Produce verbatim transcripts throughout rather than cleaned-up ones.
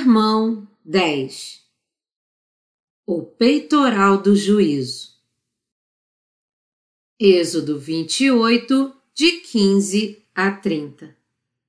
Sermão dez. O peitoral do juízo. Êxodo vinte e oito, de quinze a trinta.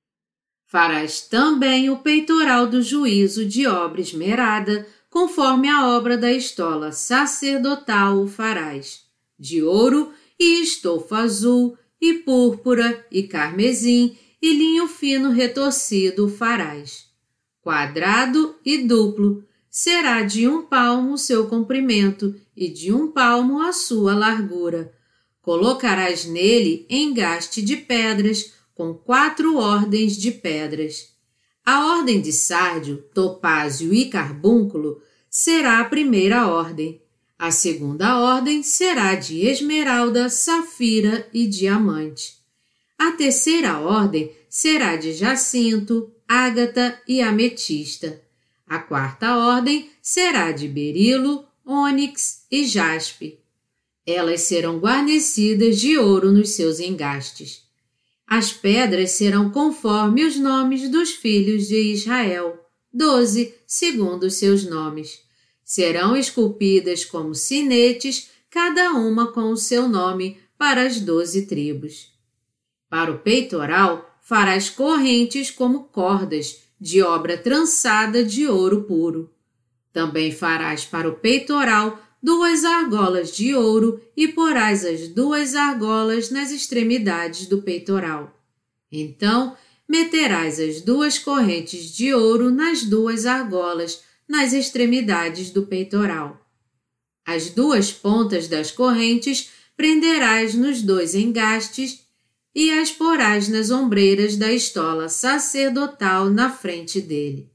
Farás também o peitoral do juízo de obra esmerada, conforme a obra da estola sacerdotal o farás, de ouro e estofa azul, e púrpura, e carmesim, e linho fino retorcido o farás. Quadrado e duplo, será de um palmo o seu comprimento e de um palmo a sua largura. Colocarás nele engaste de pedras, com quatro ordens de pedras. A ordem de sárdio, topázio e carbúnculo será a primeira ordem. A segunda ordem será de esmeralda, safira e diamante. A terceira ordem será de jacinto, ágata e ametista. A quarta ordem será de berilo, ônix e jaspe. Elas serão guarnecidas de ouro nos seus engastes. As pedras serão conforme os nomes dos filhos de Israel, doze, segundo os seus nomes. Serão esculpidas como sinetes, cada uma com o seu nome, para as doze tribos. Para o peitoral, farás correntes como cordas, de obra trançada de ouro puro. Também farás para o peitoral duas argolas de ouro e porás as duas argolas nas extremidades do peitoral. Então, meterás as duas correntes de ouro nas duas argolas, nas extremidades do peitoral. As duas pontas das correntes prenderás nos dois engastes e as porás nas ombreiras da estola sacerdotal na frente dele.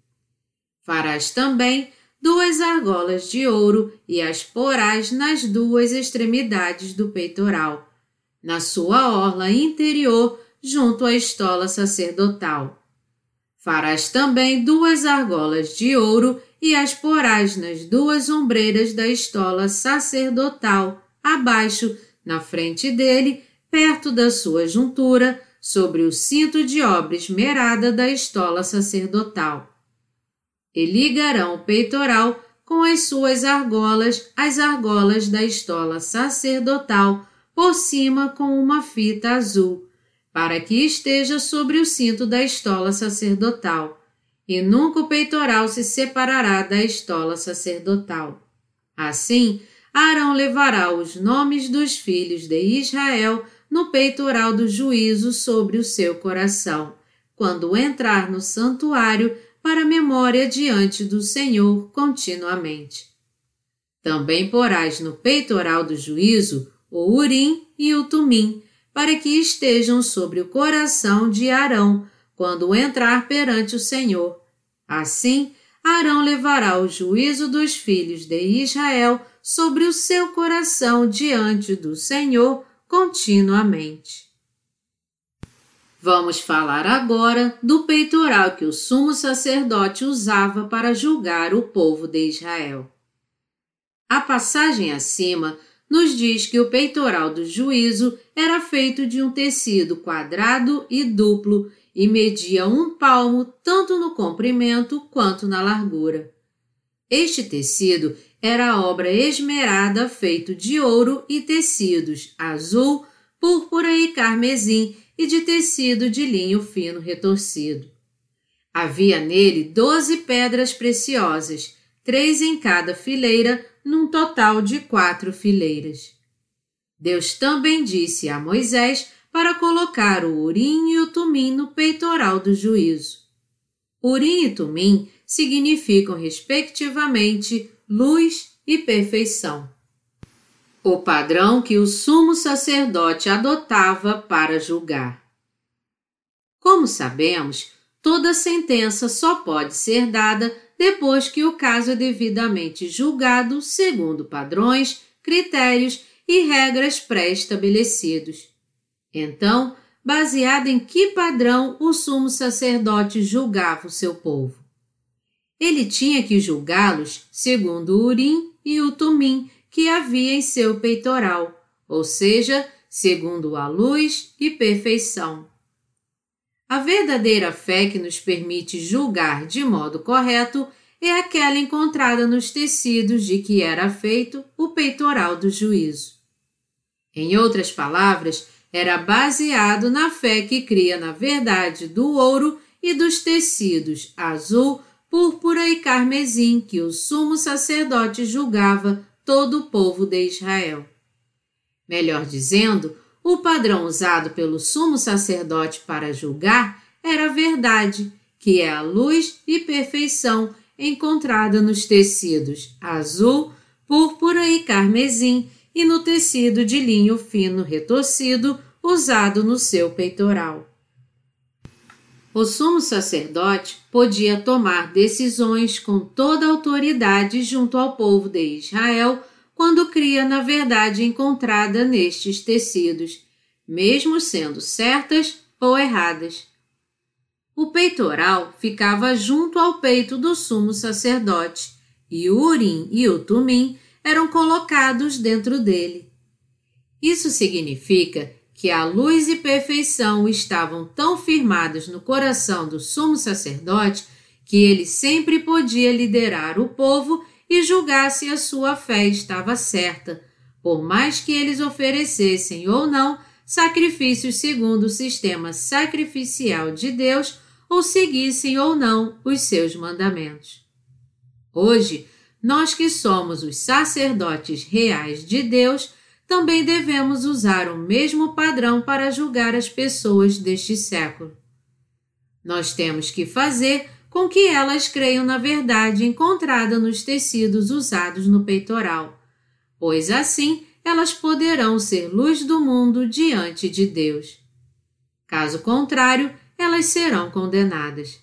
Farás também duas argolas de ouro e as porás nas duas extremidades do peitoral, na sua orla interior, junto à estola sacerdotal. Farás também duas argolas de ouro e as porás nas duas ombreiras da estola sacerdotal, abaixo, na frente dele, perto da sua juntura, sobre o cinto de obra esmerada da estola sacerdotal. E ligarão o peitoral com as suas argolas, as argolas da estola sacerdotal, por cima com uma fita azul, para que esteja sobre o cinto da estola sacerdotal, e nunca o peitoral se separará da estola sacerdotal. Assim, Arão levará os nomes dos filhos de Israel no peitoral do juízo sobre o seu coração, quando entrar no santuário para memória diante do Senhor continuamente. Também porás no peitoral do juízo o Urim e o Tumim, para que estejam sobre o coração de Arão, quando entrar perante o Senhor. Assim, Arão levará o juízo dos filhos de Israel sobre o seu coração diante do Senhor continuamente. Vamos falar agora do peitoral que o sumo sacerdote usava para julgar o povo de Israel. A passagem acima nos diz que o peitoral do juízo era feito de um tecido quadrado e duplo e media um palmo tanto no comprimento quanto na largura. Este tecido era obra esmerada feito de ouro e tecidos azul, púrpura e carmesim e de tecido de linho fino retorcido. Havia nele doze pedras preciosas, três em cada fileira, num total de quatro fileiras. Deus também disse a Moisés para colocar o Urim e o Tumim no peitoral do juízo. Urim e Tumim significam, respectivamente, luz e perfeição. O padrão que o sumo sacerdote adotava para julgar. Como sabemos, toda sentença só pode ser dada depois que o caso é devidamente julgado segundo padrões, critérios e regras pré-estabelecidos. Então, baseado em que padrão o sumo sacerdote julgava o seu povo? Ele tinha que julgá-los segundo o Urim e o Tumim que havia em seu peitoral, ou seja, segundo a luz e perfeição. A verdadeira fé que nos permite julgar de modo correto é aquela encontrada nos tecidos de que era feito o peitoral do juízo. Em outras palavras, era baseado na fé que cria na verdade do ouro e dos tecidos azul, púrpura e carmesim que o sumo sacerdote julgava todo o povo de Israel. Melhor dizendo, o padrão usado pelo sumo sacerdote para julgar era a verdade, que é a luz e perfeição encontrada nos tecidos azul, púrpura e carmesim e no tecido de linho fino retorcido usado no seu peitoral. O sumo sacerdote podia tomar decisões com toda a autoridade junto ao povo de Israel quando cria na verdade encontrada nestes tecidos, mesmo sendo certas ou erradas. O peitoral ficava junto ao peito do sumo sacerdote e o Urim e o Tumim eram colocados dentro dele. Isso significa que a luz e perfeição estavam tão firmados no coração do sumo sacerdote que ele sempre podia liderar o povo e julgar se a sua fé estava certa, por mais que eles oferecessem ou não sacrifícios segundo o sistema sacrificial de Deus ou seguissem ou não os seus mandamentos. Hoje, nós que somos os sacerdotes reais de Deus, também devemos usar o mesmo padrão para julgar as pessoas deste século. Nós temos que fazer com que elas creiam na verdade encontrada nos tecidos usados no peitoral, pois assim elas poderão ser luz do mundo diante de Deus. Caso contrário, elas serão condenadas.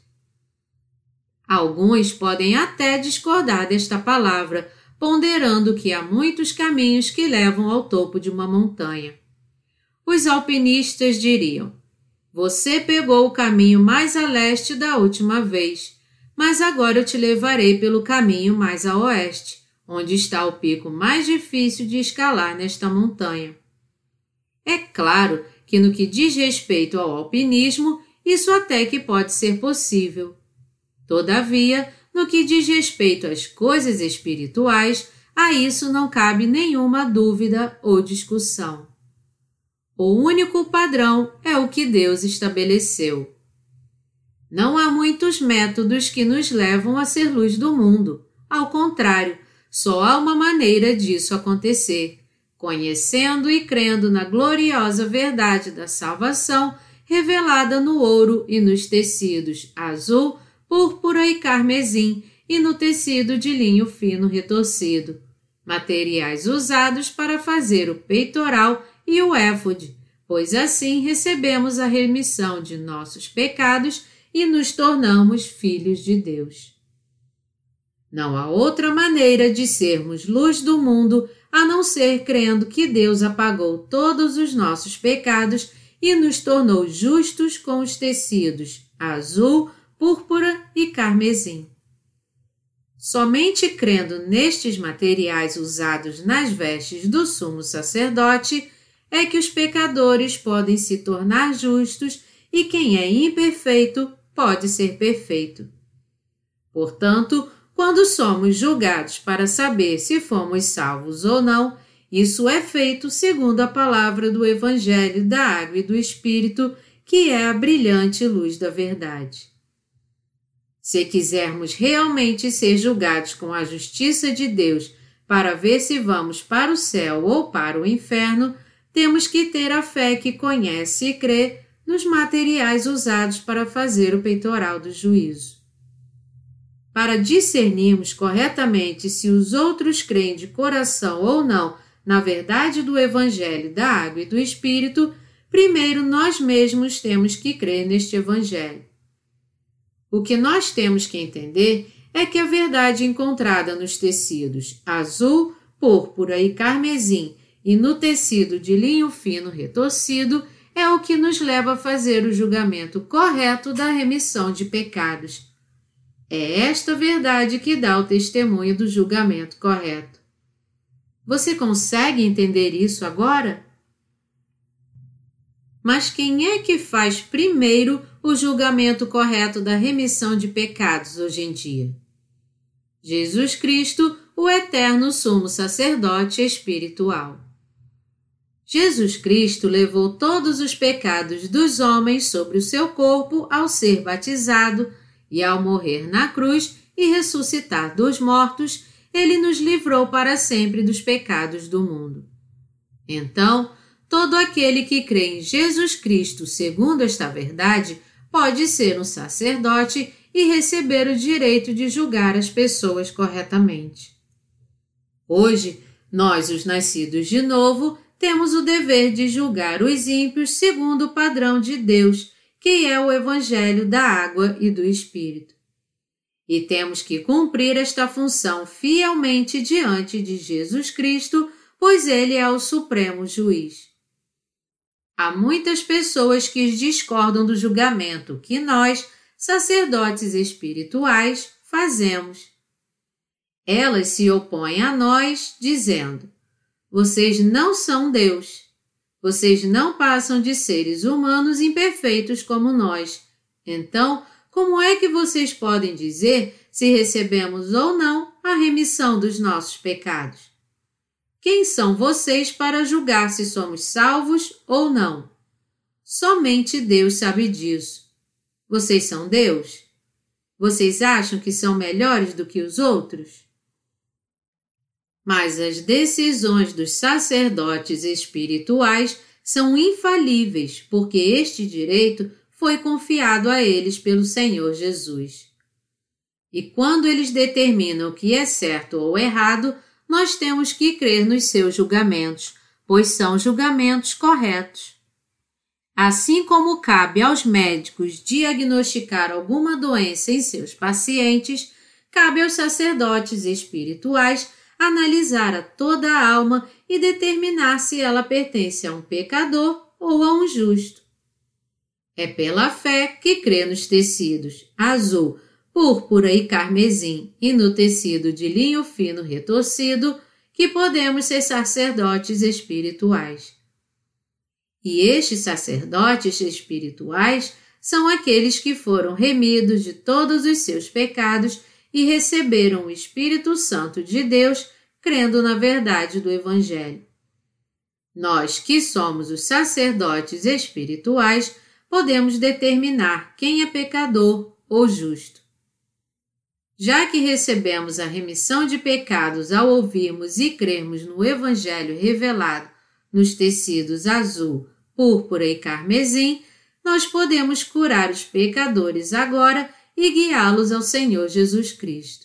Alguns podem até discordar desta palavra, ponderando que há muitos caminhos que levam ao topo de uma montanha. Os alpinistas diriam: você pegou o caminho mais a leste da última vez, mas agora eu te levarei pelo caminho mais a oeste, onde está o pico mais difícil de escalar nesta montanha. É claro que no que diz respeito ao alpinismo, isso até que pode ser possível. Todavia, no que diz respeito às coisas espirituais, a isso não cabe nenhuma dúvida ou discussão. O único padrão é o que Deus estabeleceu. Não há muitos métodos que nos levam a ser luz do mundo. Ao contrário, só há uma maneira disso acontecer, conhecendo e crendo na gloriosa verdade da salvação revelada no ouro e nos tecidos azul, púrpura e carmesim e no tecido de linho fino retorcido, materiais usados para fazer o peitoral e o éfode, pois assim recebemos a remissão de nossos pecados e nos tornamos filhos de Deus. Não há outra maneira de sermos luz do mundo a não ser crendo que Deus apagou todos os nossos pecados e nos tornou justos com os tecidos azul, púrpura e carmesim. Somente crendo nestes materiais usados nas vestes do sumo sacerdote é que os pecadores podem se tornar justos e quem é imperfeito pode ser perfeito. Portanto, quando somos julgados para saber se fomos salvos ou não, isso é feito segundo a palavra do Evangelho da Água e do Espírito, que é a brilhante luz da verdade. Se quisermos realmente ser julgados com a justiça de Deus para ver se vamos para o céu ou para o inferno, temos que ter a fé que conhece e crê nos materiais usados para fazer o peitoral do juízo. Para discernirmos corretamente se os outros creem de coração ou não na verdade do Evangelho da Água e do Espírito, primeiro nós mesmos temos que crer neste Evangelho. O que nós temos que entender é que a verdade encontrada nos tecidos azul, púrpura e carmesim e no tecido de linho fino retorcido é o que nos leva a fazer o julgamento correto da remissão de pecados. É esta verdade que dá o testemunho do julgamento correto. Você consegue entender isso agora? Mas quem é que faz primeiro o julgamento correto da remissão de pecados hoje em dia? Jesus Cristo, o eterno sumo sacerdote espiritual. Jesus Cristo levou todos os pecados dos homens sobre o seu corpo ao ser batizado e ao morrer na cruz e ressuscitar dos mortos, ele nos livrou para sempre dos pecados do mundo. Então, todo aquele que crê em Jesus Cristo segundo esta verdade pode ser um sacerdote e receber o direito de julgar as pessoas corretamente. Hoje, nós, os nascidos de novo, temos o dever de julgar os ímpios segundo o padrão de Deus, que é o Evangelho da água e do Espírito. E temos que cumprir esta função fielmente diante de Jesus Cristo, pois Ele é o supremo juiz. Há muitas pessoas que discordam do julgamento que nós, sacerdotes espirituais, fazemos. Elas se opõem a nós, dizendo: vocês não são Deus. Vocês não passam de seres humanos imperfeitos como nós. Então, como é que vocês podem dizer se recebemos ou não a remissão dos nossos pecados? Quem são vocês para julgar se somos salvos ou não? Somente Deus sabe disso. Vocês são Deus? Vocês acham que são melhores do que os outros? Mas as decisões dos sacerdotes espirituais são infalíveis, porque este direito foi confiado a eles pelo Senhor Jesus. E quando eles determinam o que é certo ou errado, nós temos que crer nos seus julgamentos, pois são julgamentos corretos. Assim como cabe aos médicos diagnosticar alguma doença em seus pacientes, cabe aos sacerdotes espirituais analisar a toda a alma e determinar se ela pertence a um pecador ou a um justo. É pela fé que crê nos tecidos azul, púrpura e carmesim e no tecido de linho fino retorcido que podemos ser sacerdotes espirituais. E estes sacerdotes espirituais são aqueles que foram remidos de todos os seus pecados e receberam o Espírito Santo de Deus, crendo na verdade do Evangelho. Nós, que somos os sacerdotes espirituais, podemos determinar quem é pecador ou justo. Já que recebemos a remissão de pecados ao ouvirmos e crermos no Evangelho revelado nos tecidos azul, púrpura e carmesim, nós podemos curar os pecadores agora e guiá-los ao Senhor Jesus Cristo.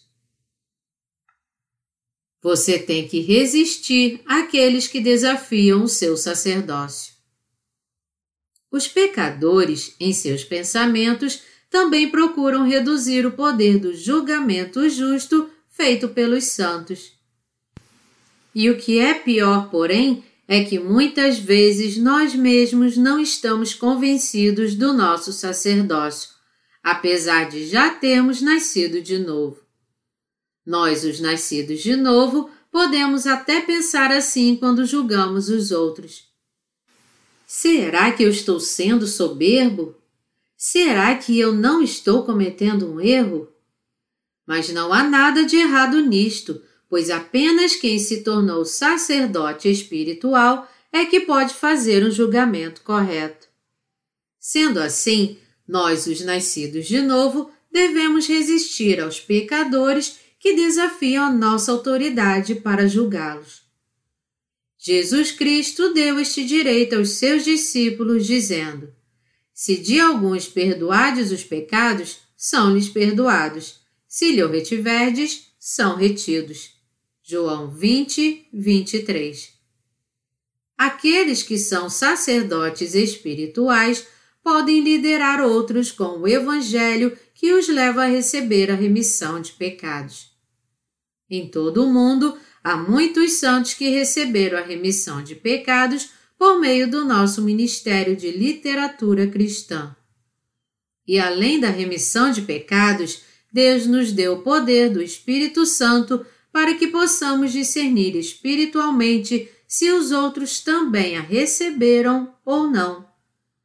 Você tem que resistir àqueles que desafiam o seu sacerdócio. Os pecadores, em seus pensamentos, também procuram reduzir o poder do julgamento justo feito pelos santos. E o que é pior, porém, é que muitas vezes nós mesmos não estamos convencidos do nosso sacerdócio, apesar de já termos nascido de novo. Nós, os nascidos de novo, podemos até pensar assim quando julgamos os outros. Será que eu estou sendo soberbo? Será que eu não estou cometendo um erro? Mas não há nada de errado nisto, pois apenas quem se tornou sacerdote espiritual é que pode fazer um julgamento correto. Sendo assim, nós, os nascidos de novo, devemos resistir aos pecadores que desafiam a nossa autoridade para julgá-los. Jesus Cristo deu este direito aos seus discípulos, dizendo: se de alguns perdoardes os pecados, são-lhes perdoados. Se lhe retiverdes, são retidos. João vinte, vinte e três. Aqueles que são sacerdotes espirituais podem liderar outros com o Evangelho que os leva a receber a remissão de pecados. Em todo o mundo, há muitos santos que receberam a remissão de pecados por meio do nosso Ministério de Literatura Cristã. E além da remissão de pecados, Deus nos deu o poder do Espírito Santo para que possamos discernir espiritualmente se os outros também a receberam ou não.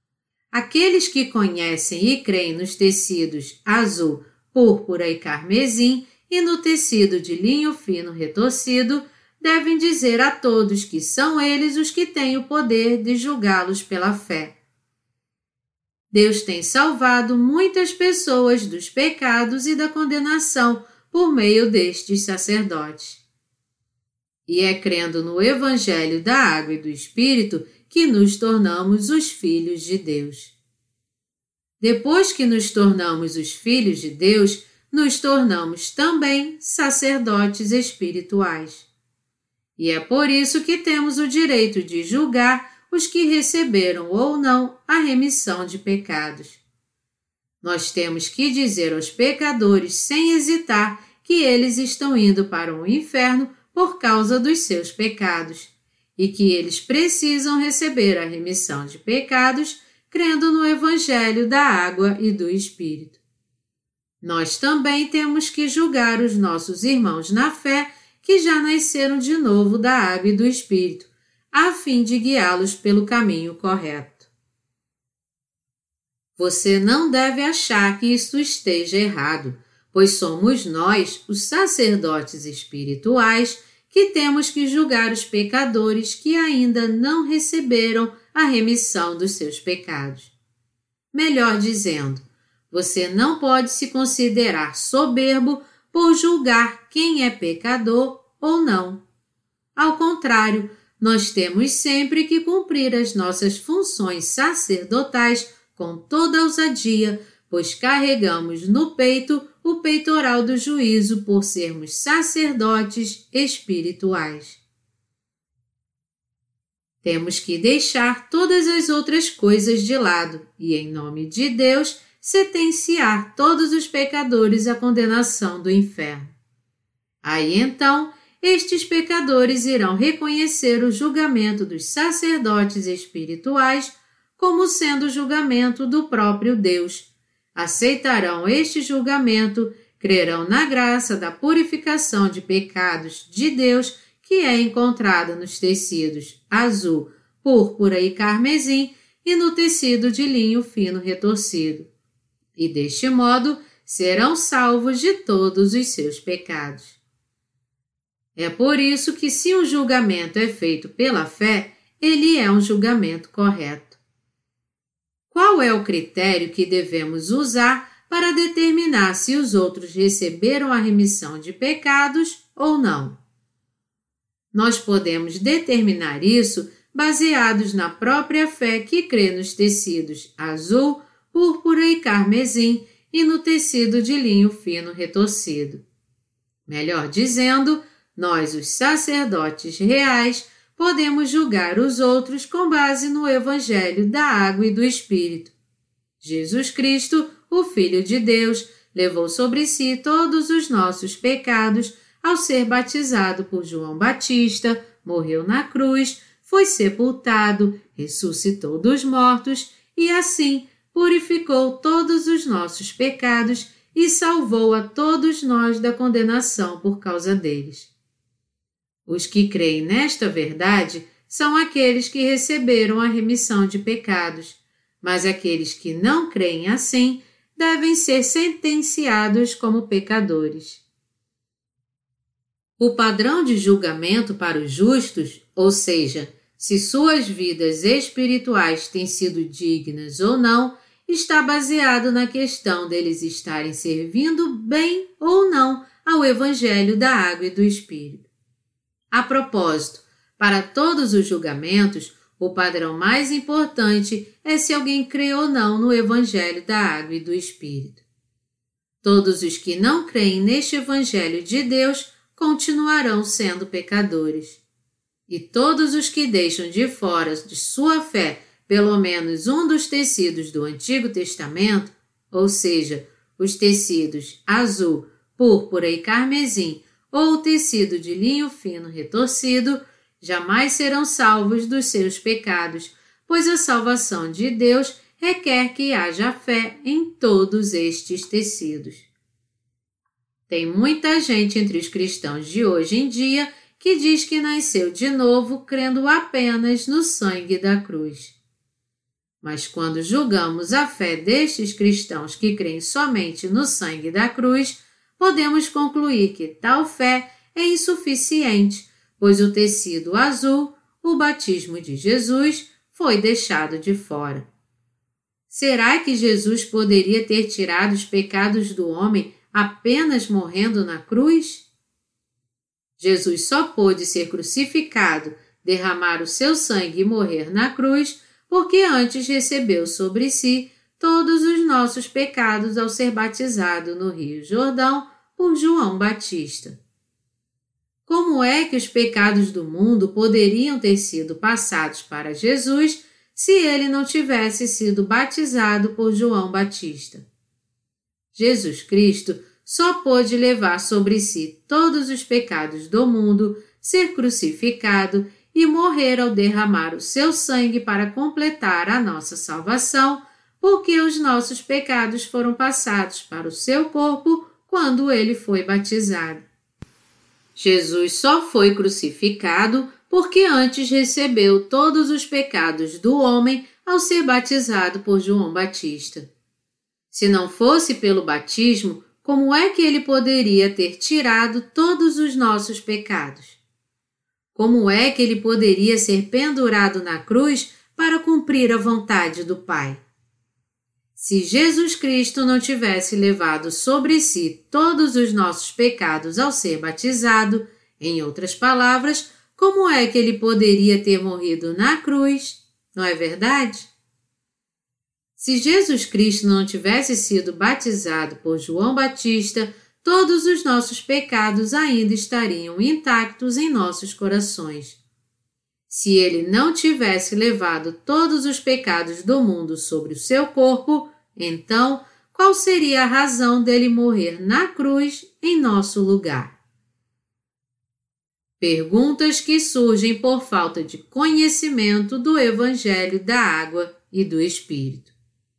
Aqueles que conhecem e creem nos tecidos azul, púrpura e carmesim e no tecido de linho fino retorcido, devem dizer a todos que são eles os que têm o poder de julgá-los pela fé. Deus tem salvado muitas pessoas dos pecados e da condenação por meio destes sacerdotes. E é crendo no Evangelho da Água e do Espírito que nos tornamos os filhos de Deus. Depois que nos tornamos os filhos de Deus, nos tornamos também sacerdotes espirituais. E é por isso que temos o direito de julgar os que receberam ou não a remissão de pecados. Nós temos que dizer aos pecadores sem hesitar que eles estão indo para o inferno por causa dos seus pecados e que eles precisam receber a remissão de pecados crendo no Evangelho da Água e do Espírito. Nós também temos que julgar os nossos irmãos na fé que já nasceram de novo da água e do Espírito, a fim de guiá-los pelo caminho correto. Você não deve achar que isto esteja errado, pois somos nós, os sacerdotes espirituais, que temos que julgar os pecadores que ainda não receberam a remissão dos seus pecados. Melhor dizendo, você não pode se considerar soberbo por julgar quem é pecador ou não. Ao contrário, nós temos sempre que cumprir as nossas funções sacerdotais com toda ousadia, pois carregamos no peito o peitoral do juízo por sermos sacerdotes espirituais. Temos que deixar todas as outras coisas de lado e, em nome de Deus, sentenciar todos os pecadores à condenação do inferno. Aí então, estes pecadores irão reconhecer o julgamento dos sacerdotes espirituais como sendo o julgamento do próprio Deus. Aceitarão este julgamento, crerão na graça da purificação de pecados de Deus que é encontrada nos tecidos azul, púrpura e carmesim e no tecido de linho fino retorcido. E deste modo serão salvos de todos os seus pecados. É por isso que se um julgamento é feito pela fé, ele é um julgamento correto. Qual é o critério que devemos usar para determinar se os outros receberam a remissão de pecados ou não? Nós podemos determinar isso baseados na própria fé que crê nos tecidos azul, púrpura e carmesim e no tecido de linho fino retorcido. Melhor dizendo, nós, os sacerdotes reais, podemos julgar os outros com base no Evangelho da Água e do Espírito. Jesus Cristo, o Filho de Deus, levou sobre si todos os nossos pecados ao ser batizado por João Batista, morreu na cruz, foi sepultado, ressuscitou dos mortos e, assim, purificou todos os nossos pecados e salvou a todos nós da condenação por causa deles. Os que creem nesta verdade são aqueles que receberam a remissão de pecados, mas aqueles que não creem assim devem ser sentenciados como pecadores. O padrão de julgamento para os justos, ou seja, se suas vidas espirituais têm sido dignas ou não, está baseado na questão deles estarem servindo bem ou não ao Evangelho da Água e do Espírito. A propósito, para todos os julgamentos, o padrão mais importante é se alguém crê ou não no Evangelho da Água e do Espírito. Todos os que não creem neste Evangelho de Deus continuarão sendo pecadores. E todos os que deixam de fora de sua fé pelo menos um dos tecidos do Antigo Testamento, ou seja, os tecidos azul, púrpura e carmesim, ou o tecido de linho fino retorcido, jamais serão salvos dos seus pecados, pois a salvação de Deus requer que haja fé em todos estes tecidos. Tem muita gente entre os cristãos de hoje em dia que diz que nasceu de novo crendo apenas no sangue da cruz. Mas quando julgamos a fé destes cristãos que creem somente no sangue da cruz, podemos concluir que tal fé é insuficiente, pois o tecido azul, o batismo de Jesus, foi deixado de fora. Será que Jesus poderia ter tirado os pecados do homem apenas morrendo na cruz? Jesus só pôde ser crucificado, derramar o seu sangue e morrer na cruz, porque antes recebeu sobre si todos os nossos pecados ao ser batizado no Rio Jordão por João Batista. Como é que os pecados do mundo poderiam ter sido passados para Jesus se ele não tivesse sido batizado por João Batista? Jesus Cristo só pôde levar sobre si todos os pecados do mundo, ser crucificado e morrer ao derramar o seu sangue para completar a nossa salvação, porque os nossos pecados foram passados para o seu corpo quando ele foi batizado. Jesus só foi crucificado porque antes recebeu todos os pecados do homem ao ser batizado por João Batista. Se não fosse pelo batismo, como é que ele poderia ter tirado todos os nossos pecados? Como é que ele poderia ser pendurado na cruz para cumprir a vontade do Pai? Se Jesus Cristo não tivesse levado sobre si todos os nossos pecados ao ser batizado, em outras palavras, como é que ele poderia ter morrido na cruz? Não é verdade? Se Jesus Cristo não tivesse sido batizado por João Batista, todos os nossos pecados ainda estariam intactos em nossos corações. Se ele não tivesse levado todos os pecados do mundo sobre o seu corpo, então, qual seria a razão dele morrer na cruz em nosso lugar? Perguntas que surgem por falta de conhecimento do Evangelho da Água e do Espírito.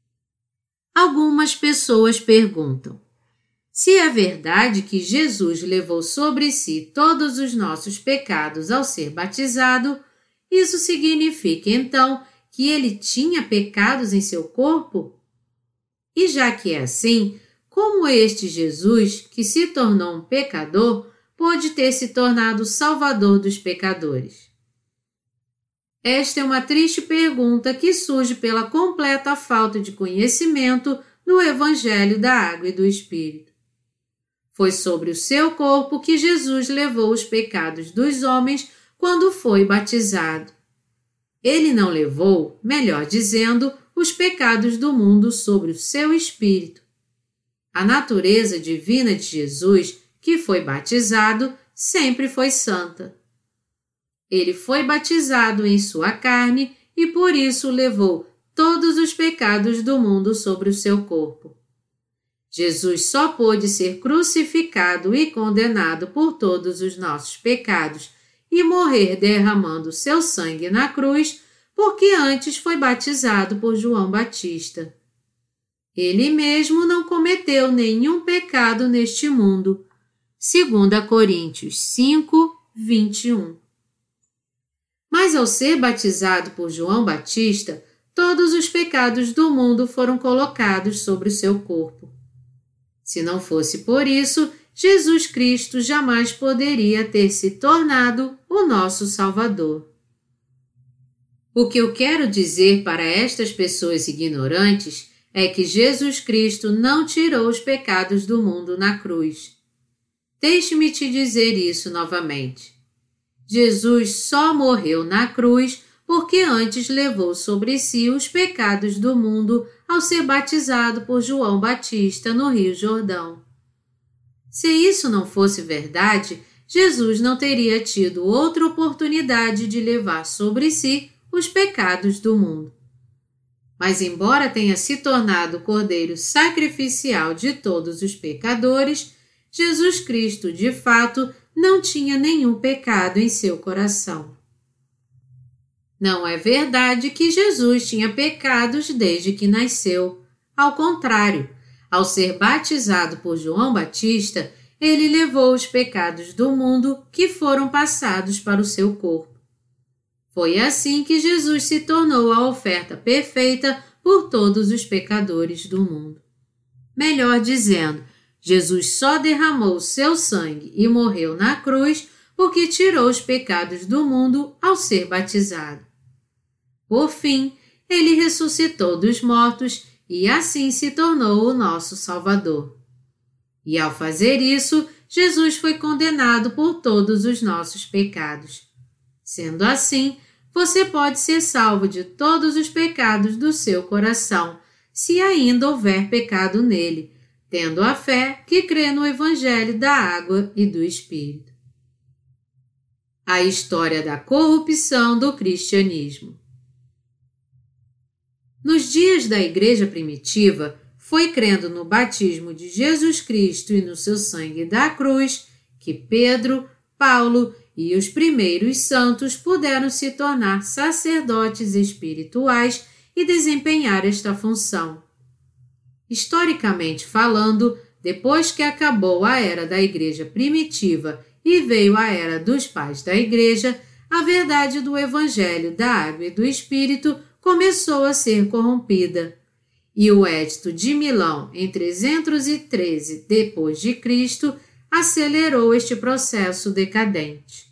Algumas pessoas perguntam: se é verdade que Jesus levou sobre si todos os nossos pecados ao ser batizado, isso significa então que ele tinha pecados em seu corpo? E já que é assim, como este Jesus, que se tornou um pecador, pôde ter se tornado o Salvador dos pecadores? Esta é uma triste pergunta que surge pela completa falta de conhecimento do Evangelho da Água e do Espírito. Foi sobre o seu corpo que Jesus levou os pecados dos homens quando foi batizado. Ele não levou, melhor dizendo, os pecados do mundo sobre o seu espírito. A natureza divina de Jesus, que foi batizado, sempre foi santa. Ele foi batizado em sua carne e por isso levou todos os pecados do mundo sobre o seu corpo. Jesus só pôde ser crucificado e condenado por todos os nossos pecados e morrer derramando seu sangue na cruz, porque antes foi batizado por João Batista. Ele mesmo não cometeu nenhum pecado neste mundo. Segunda Coríntios cinco, vinte e um. Mas ao ser batizado por João Batista, todos os pecados do mundo foram colocados sobre o seu corpo. Se não fosse por isso, Jesus Cristo jamais poderia ter se tornado o nosso Salvador. O que eu quero dizer para estas pessoas ignorantes é que Jesus Cristo não tirou os pecados do mundo na cruz. Deixe-me te dizer isso novamente. Jesus só morreu na cruz porque antes levou sobre si os pecados do mundo ao ser batizado por João Batista no Rio Jordão. Se isso não fosse verdade, Jesus não teria tido outra oportunidade de levar sobre si os pecados do mundo. Mas embora tenha se tornado o cordeiro sacrificial de todos os pecadores, Jesus Cristo, de fato, não tinha nenhum pecado em seu coração. Não é verdade que Jesus tinha pecados desde que nasceu. Ao contrário, ao ser batizado por João Batista, ele levou os pecados do mundo que foram passados para o seu corpo. Foi assim que Jesus se tornou a oferta perfeita por todos os pecadores do mundo. Melhor dizendo, Jesus só derramou seu sangue e morreu na cruz porque tirou os pecados do mundo ao ser batizado. Por fim, ele ressuscitou dos mortos e assim se tornou o nosso Salvador. E ao fazer isso, Jesus foi condenado por todos os nossos pecados. Sendo assim, você pode ser salvo de todos os pecados do seu coração, se ainda houver pecado nele, tendo a fé que crê no Evangelho da Água e do Espírito. A história da corrupção do cristianismo. Nos dias da Igreja primitiva, foi crendo no batismo de Jesus Cristo e no seu sangue da cruz que Pedro, Paulo e os primeiros santos puderam se tornar sacerdotes espirituais e desempenhar esta função. Historicamente falando, depois que acabou a era da Igreja primitiva e veio a era dos pais da Igreja, a verdade do Evangelho da Água e do Espírito começou a ser corrompida. E o Edito de Milão, em trezentos e treze depois de Cristo, acelerou este processo decadente.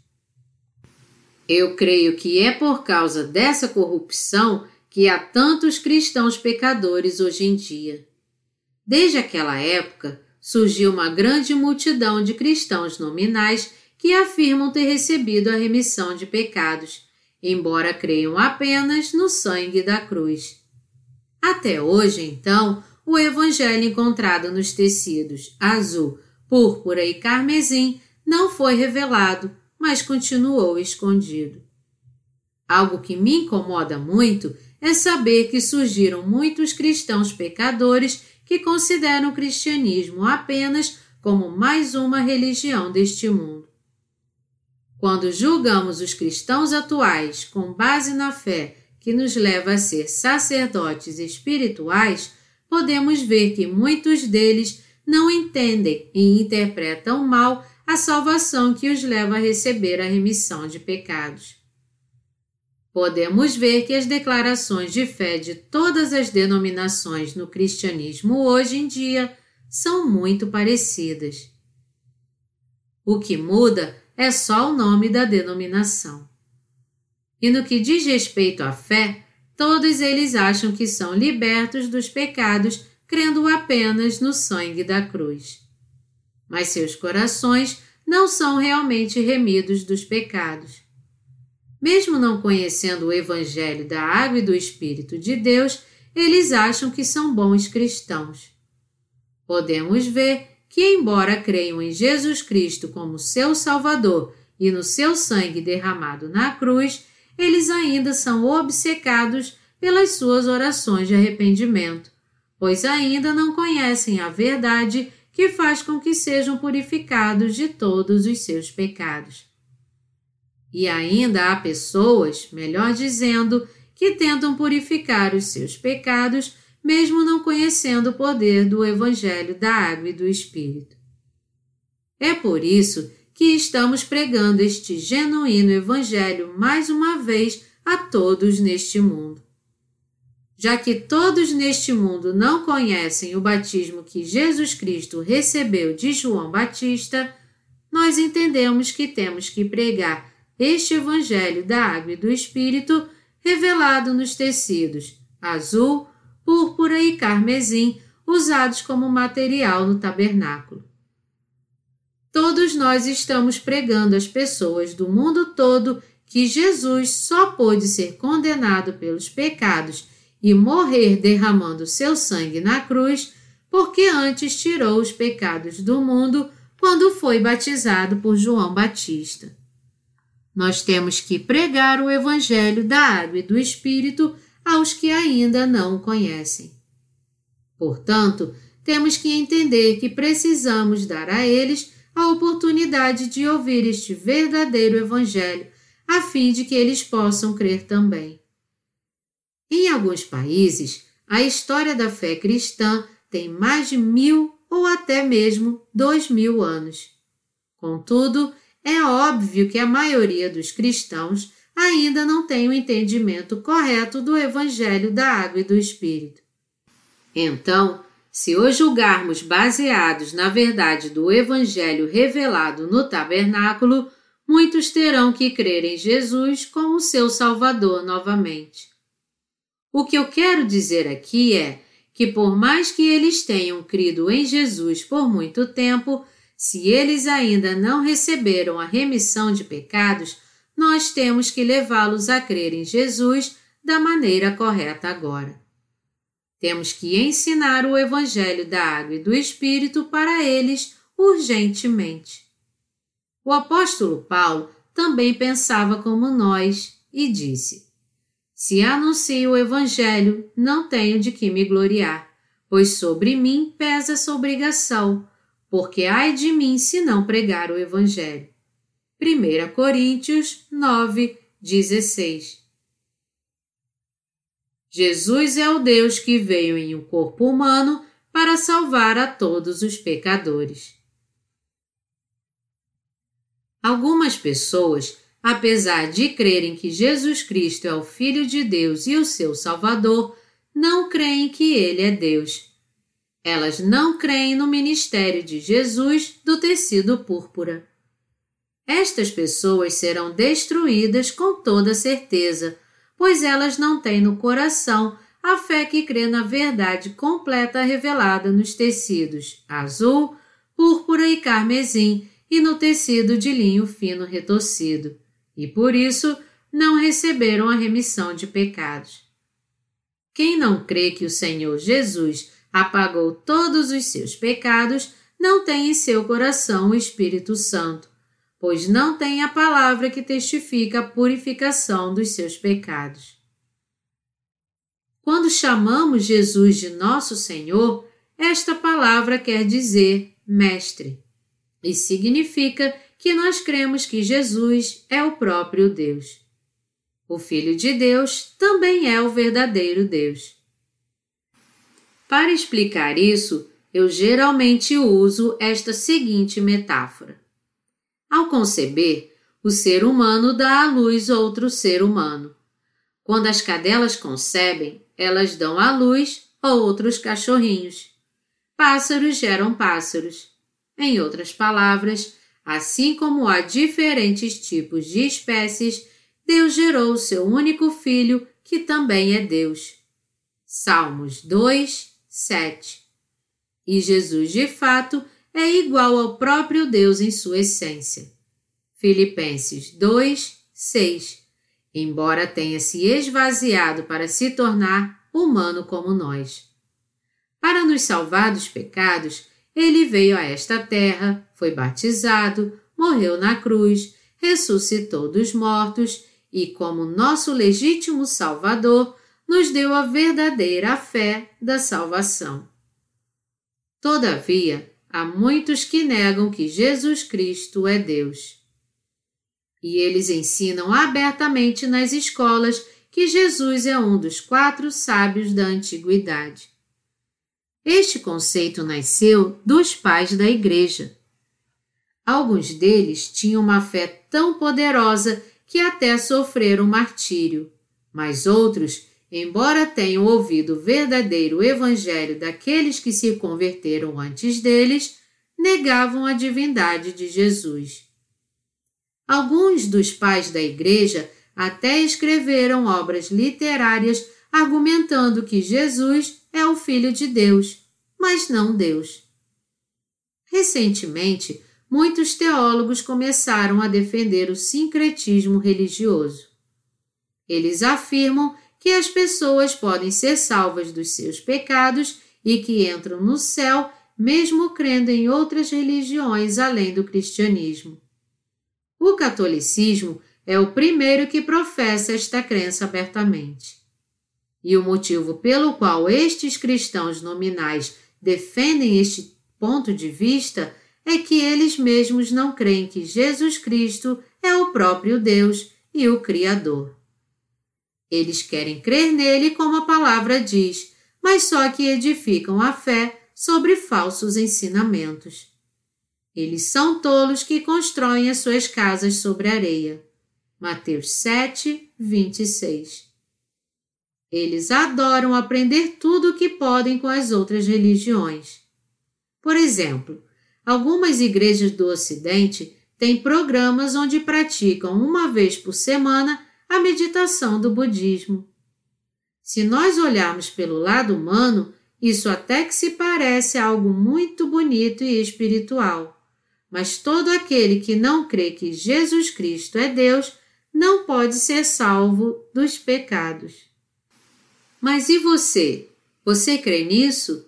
Eu creio que é por causa dessa corrupção que há tantos cristãos pecadores hoje em dia. Desde aquela época, surgiu uma grande multidão de cristãos nominais que afirmam ter recebido a remissão de pecados, embora creiam apenas no sangue da cruz. Até hoje, então, o Evangelho encontrado nos tecidos azul, púrpura e carmesim não foi revelado, mas continuou escondido. Algo que me incomoda muito é saber que surgiram muitos cristãos pecadores que consideram o cristianismo apenas como mais uma religião deste mundo. Quando julgamos os cristãos atuais com base na fé que nos leva a ser sacerdotes espirituais, podemos ver que muitos deles não entendem e interpretam mal a salvação que os leva a receber a remissão de pecados. Podemos ver que as declarações de fé de todas as denominações no cristianismo hoje em dia são muito parecidas. O que muda é só o nome da denominação. E no que diz respeito à fé, todos eles acham que são libertos dos pecados crendo apenas no sangue da cruz. Mas seus corações não são realmente remidos dos pecados. Mesmo não conhecendo o Evangelho da Água e do Espírito de Deus, eles acham que são bons cristãos. Podemos ver que, embora creiam em Jesus Cristo como seu Salvador e no seu sangue derramado na cruz, eles ainda são obcecados pelas suas orações de arrependimento, pois ainda não conhecem a verdade que faz com que sejam purificados de todos os seus pecados. E ainda há pessoas, melhor dizendo, que tentam purificar os seus pecados, mesmo não conhecendo o poder do Evangelho da Água e do Espírito. É por isso que estamos pregando este genuíno Evangelho mais uma vez a todos neste mundo. Já que todos neste mundo não conhecem o batismo que Jesus Cristo recebeu de João Batista, nós entendemos que temos que pregar este Evangelho da Água e do Espírito revelado nos tecidos azul, púrpura e carmesim usados como material no tabernáculo. Todos nós estamos pregando às pessoas do mundo todo que Jesus só pôde ser condenado pelos pecados e morrer derramando seu sangue na cruz, porque antes tirou os pecados do mundo quando foi batizado por João Batista. Nós temos que pregar o Evangelho da Água e do Espírito aos que ainda não o conhecem. Portanto, temos que entender que precisamos dar a eles a oportunidade de ouvir este verdadeiro Evangelho, a fim de que eles possam crer também. Em alguns países, a história da fé cristã tem mais de mil ou até mesmo dois mil anos. Contudo, é óbvio que a maioria dos cristãos ainda não têm o entendimento correto do Evangelho da Água e do Espírito. Então, se os julgarmos baseados na verdade do Evangelho revelado no tabernáculo, muitos terão que crer em Jesus como seu Salvador novamente. O que eu quero dizer aqui é que por mais que eles tenham crido em Jesus por muito tempo, se eles ainda não receberam a remissão de pecados, nós temos que levá-los a crer em Jesus da maneira correta agora. Temos que ensinar o Evangelho da Água e do Espírito para eles urgentemente. O apóstolo Paulo também pensava como nós e disse: se anuncio o Evangelho, não tenho de que me gloriar, pois sobre mim pesa essa obrigação, porque ai de mim se não pregar o Evangelho. primeira Coríntios nove, dezesseis. Jesus é o Deus que veio em um corpo humano para salvar a todos os pecadores. Algumas pessoas, apesar de crerem que Jesus Cristo é o Filho de Deus e o seu Salvador, não creem que Ele é Deus. Elas não creem no ministério de Jesus do tecido púrpura. Estas pessoas serão destruídas com toda certeza, pois elas não têm no coração a fé que crê na verdade completa revelada nos tecidos azul, púrpura e carmesim e no tecido de linho fino retorcido, e por isso não receberam a remissão de pecados. Quem não crê que o Senhor Jesus apagou todos os seus pecados não tem em seu coração o Espírito Santo, pois não tem a palavra que testifica a purificação dos seus pecados. Quando chamamos Jesus de nosso Senhor, esta palavra quer dizer Mestre, e significa que nós cremos que Jesus é o próprio Deus. O Filho de Deus também é o verdadeiro Deus. Para explicar isso, eu geralmente uso esta seguinte metáfora. Ao conceber, o ser humano dá à luz outro ser humano. Quando as cadelas concebem, elas dão à luz outros cachorrinhos. Pássaros geram pássaros. Em outras palavras, assim como há diferentes tipos de espécies, Deus gerou o seu único Filho, que também é Deus. Salmos dois, sete. E Jesus, de fato, é igual ao próprio Deus em sua essência. Filipenses dois, seis. Embora tenha se esvaziado para se tornar humano como nós. Para nos salvar dos pecados, ele veio a esta terra, foi batizado, morreu na cruz, ressuscitou dos mortos e, como nosso legítimo Salvador, nos deu a verdadeira fé da salvação. Todavia, há muitos que negam que Jesus Cristo é Deus. E eles ensinam abertamente nas escolas que Jesus é um dos quatro sábios da antiguidade. Este conceito nasceu dos pais da Igreja. Alguns deles tinham uma fé tão poderosa que até sofreram martírio, mas outros, embora tenham ouvido o verdadeiro evangelho daqueles que se converteram antes deles, negavam a divindade de Jesus. Alguns dos pais da Igreja até escreveram obras literárias argumentando que Jesus é o Filho de Deus, mas não Deus. Recentemente, muitos teólogos começaram a defender o sincretismo religioso. Eles afirmam que as pessoas podem ser salvas dos seus pecados e que entram no céu mesmo crendo em outras religiões além do cristianismo. O catolicismo é o primeiro que professa esta crença abertamente. E o motivo pelo qual estes cristãos nominais defendem este ponto de vista é que eles mesmos não creem que Jesus Cristo é o próprio Deus e o Criador. Eles querem crer nele como a palavra diz, mas só que edificam a fé sobre falsos ensinamentos. Eles são tolos que constroem as suas casas sobre areia. Mateus sete, vinte e seis. Eles adoram aprender tudo o que podem com as outras religiões. Por exemplo, algumas igrejas do Ocidente têm programas onde praticam uma vez por semana a meditação do budismo. Se nós olharmos pelo lado humano, isso até que se parece a algo muito bonito e espiritual. Mas todo aquele que não crê que Jesus Cristo é Deus não pode ser salvo dos pecados. Mas e você? Você crê nisso?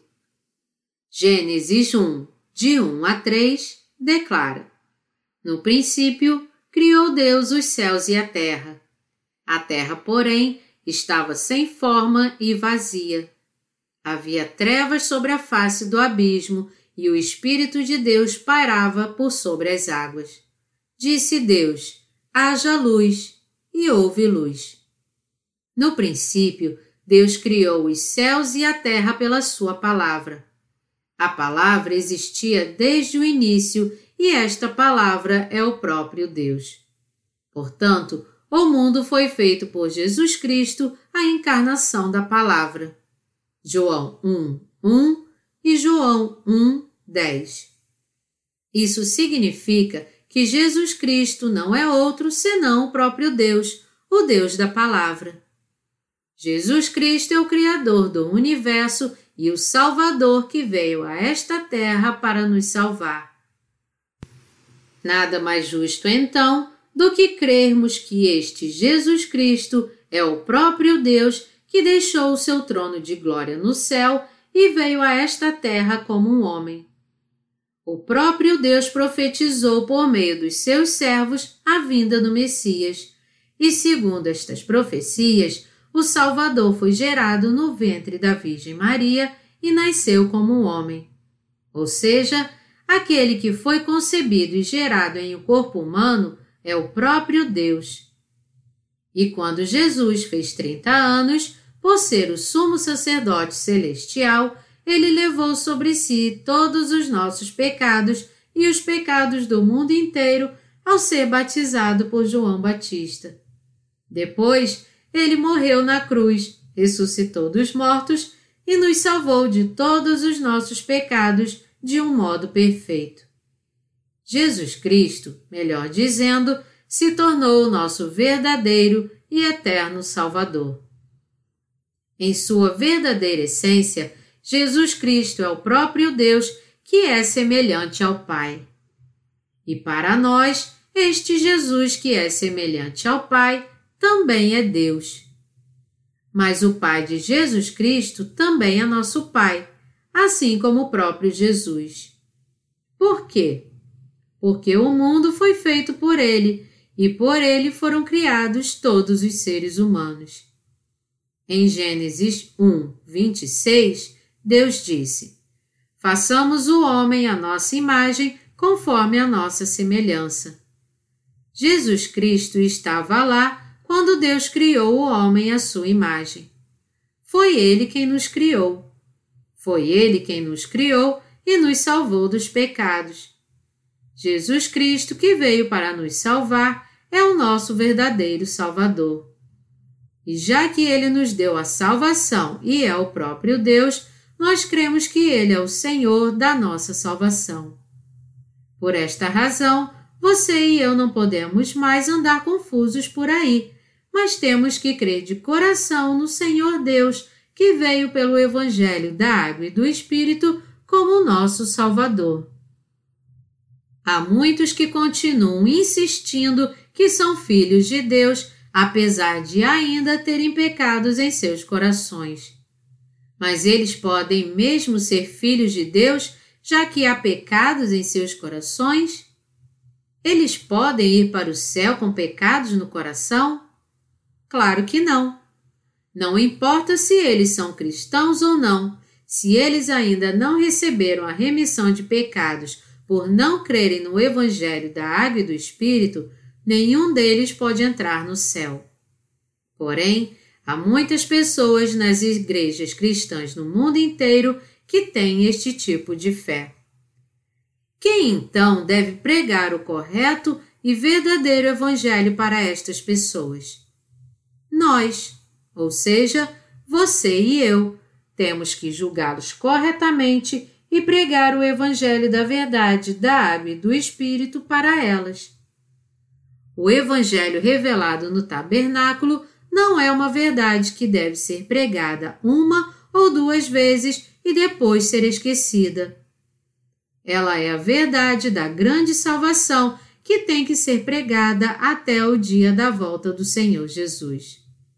Gênesis um, de um a três, declara: No princípio, criou Deus os céus e a terra. A terra, porém, estava sem forma e vazia. Havia trevas sobre a face do abismo e o Espírito de Deus pairava por sobre as águas. Disse Deus: haja luz, e houve luz. No princípio, Deus criou os céus e a terra pela sua palavra. A palavra existia desde o início e esta palavra é o próprio Deus. Portanto, o mundo foi feito por Jesus Cristo, a encarnação da palavra. João um, um e João um, dez. Isso significa que Jesus Cristo não é outro senão o próprio Deus, o Deus da palavra. Jesus Cristo é o Criador do universo e o Salvador que veio a esta terra para nos salvar. Nada mais justo, então, do que crermos que este Jesus Cristo é o próprio Deus que deixou o seu trono de glória no céu e veio a esta terra como um homem. O próprio Deus profetizou por meio dos seus servos a vinda do Messias, e segundo estas profecias, o Salvador foi gerado no ventre da Virgem Maria e nasceu como um homem. Ou seja, aquele que foi concebido e gerado em um corpo humano é o próprio Deus. E quando Jesus fez trinta anos, por ser o sumo sacerdote celestial, ele levou sobre si todos os nossos pecados e os pecados do mundo inteiro ao ser batizado por João Batista. Depois, ele morreu na cruz, ressuscitou dos mortos e nos salvou de todos os nossos pecados de um modo perfeito. Jesus Cristo, melhor dizendo, se tornou o nosso verdadeiro e eterno Salvador. Em sua verdadeira essência, Jesus Cristo é o próprio Deus que é semelhante ao Pai. E para nós, este Jesus que é semelhante ao Pai também é Deus. Mas o Pai de Jesus Cristo também é nosso Pai, assim como o próprio Jesus. Por quê? Porque o mundo foi feito por ele, e por ele foram criados todos os seres humanos. Em Gênesis um, vinte e seis, Deus disse: façamos o homem à nossa imagem, conforme a nossa semelhança. Jesus Cristo estava lá quando Deus criou o homem à sua imagem. Foi ele quem nos criou. Foi ele quem nos criou e nos salvou dos pecados. Jesus Cristo, que veio para nos salvar, é o nosso verdadeiro Salvador. E já que ele nos deu a salvação e é o próprio Deus, nós cremos que ele é o Senhor da nossa salvação. Por esta razão, você e eu não podemos mais andar confusos por aí, mas temos que crer de coração no Senhor Deus, que veio pelo Evangelho da Água e do Espírito como nosso Salvador. Há muitos que continuam insistindo que são filhos de Deus, apesar de ainda terem pecados em seus corações. Mas eles podem mesmo ser filhos de Deus, já que há pecados em seus corações? Eles podem ir para o céu com pecados no coração? Claro que não. Não importa se eles são cristãos ou não, se eles ainda não receberam a remissão de pecados por não crerem no Evangelho da Água e do Espírito, nenhum deles pode entrar no céu. Porém, há muitas pessoas nas igrejas cristãs no mundo inteiro que têm este tipo de fé. Quem então deve pregar o correto e verdadeiro evangelho para estas pessoas? Nós, ou seja, você e eu, temos que julgá-los corretamente e pregar o evangelho da verdade, da água e do Espírito para elas. O evangelho revelado no tabernáculo não é uma verdade que deve ser pregada uma ou duas vezes e depois ser esquecida. Ela é a verdade da grande salvação que tem que ser pregada até o dia da volta do Senhor Jesus.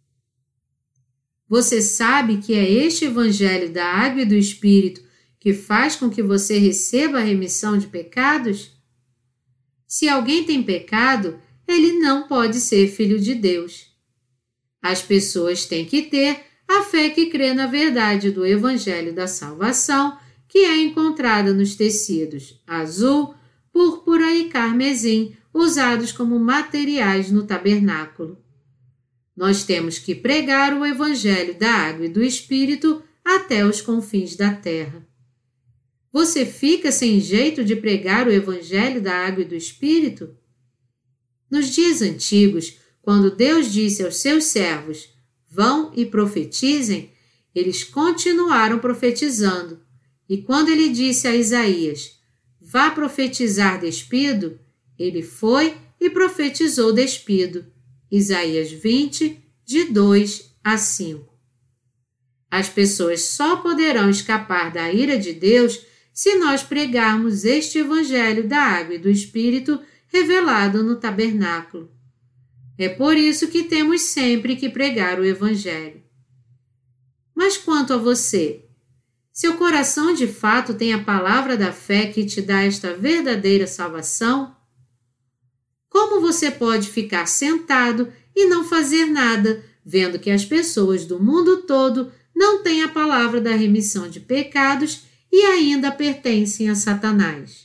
Você sabe que é este evangelho da água e do Espírito que faz com que você receba a remissão de pecados? Se alguém tem pecado, ele não pode ser filho de Deus. As pessoas têm que ter a fé que crê na verdade do evangelho da salvação, que é encontrada nos tecidos azul, púrpura e carmesim, usados como materiais no tabernáculo. Nós temos que pregar o evangelho da água e do Espírito até os confins da terra. Você fica sem jeito de pregar o evangelho da água e do Espírito? Nos dias antigos, quando Deus disse aos seus servos, vão e profetizem, eles continuaram profetizando. E quando ele disse a Isaías, vá profetizar despido, ele foi e profetizou despido. Isaías vinte, de dois a cinco. As pessoas só poderão escapar da ira de Deus se nós pregarmos este evangelho da água e do Espírito revelado no tabernáculo. É por isso que temos sempre que pregar o evangelho. Mas quanto a você, seu coração de fato tem a palavra da fé que te dá esta verdadeira salvação? Como você pode ficar sentado e não fazer nada, vendo que as pessoas do mundo todo não têm a palavra da remissão de pecados e ainda pertencem a Satanás?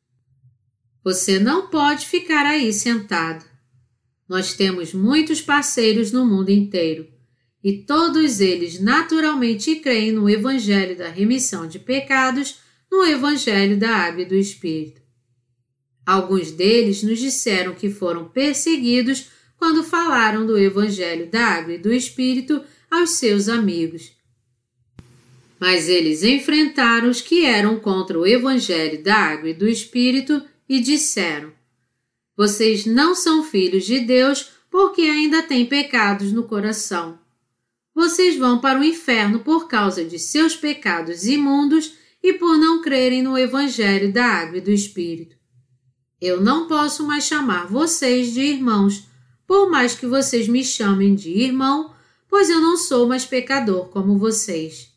Você não pode ficar aí sentado. Nós temos muitos parceiros no mundo inteiro, e todos eles naturalmente creem no evangelho da remissão de pecados, no evangelho da água e do Espírito. Alguns deles nos disseram que foram perseguidos quando falaram do evangelho da água e do Espírito aos seus amigos. Mas eles enfrentaram os que eram contra o evangelho da água e do Espírito e disseram, vocês não são filhos de Deus porque ainda têm pecados no coração. Vocês vão para o inferno por causa de seus pecados imundos e por não crerem no evangelho da água e do Espírito. Eu não posso mais chamar vocês de irmãos, por mais que vocês me chamem de irmão, pois eu não sou mais pecador como vocês.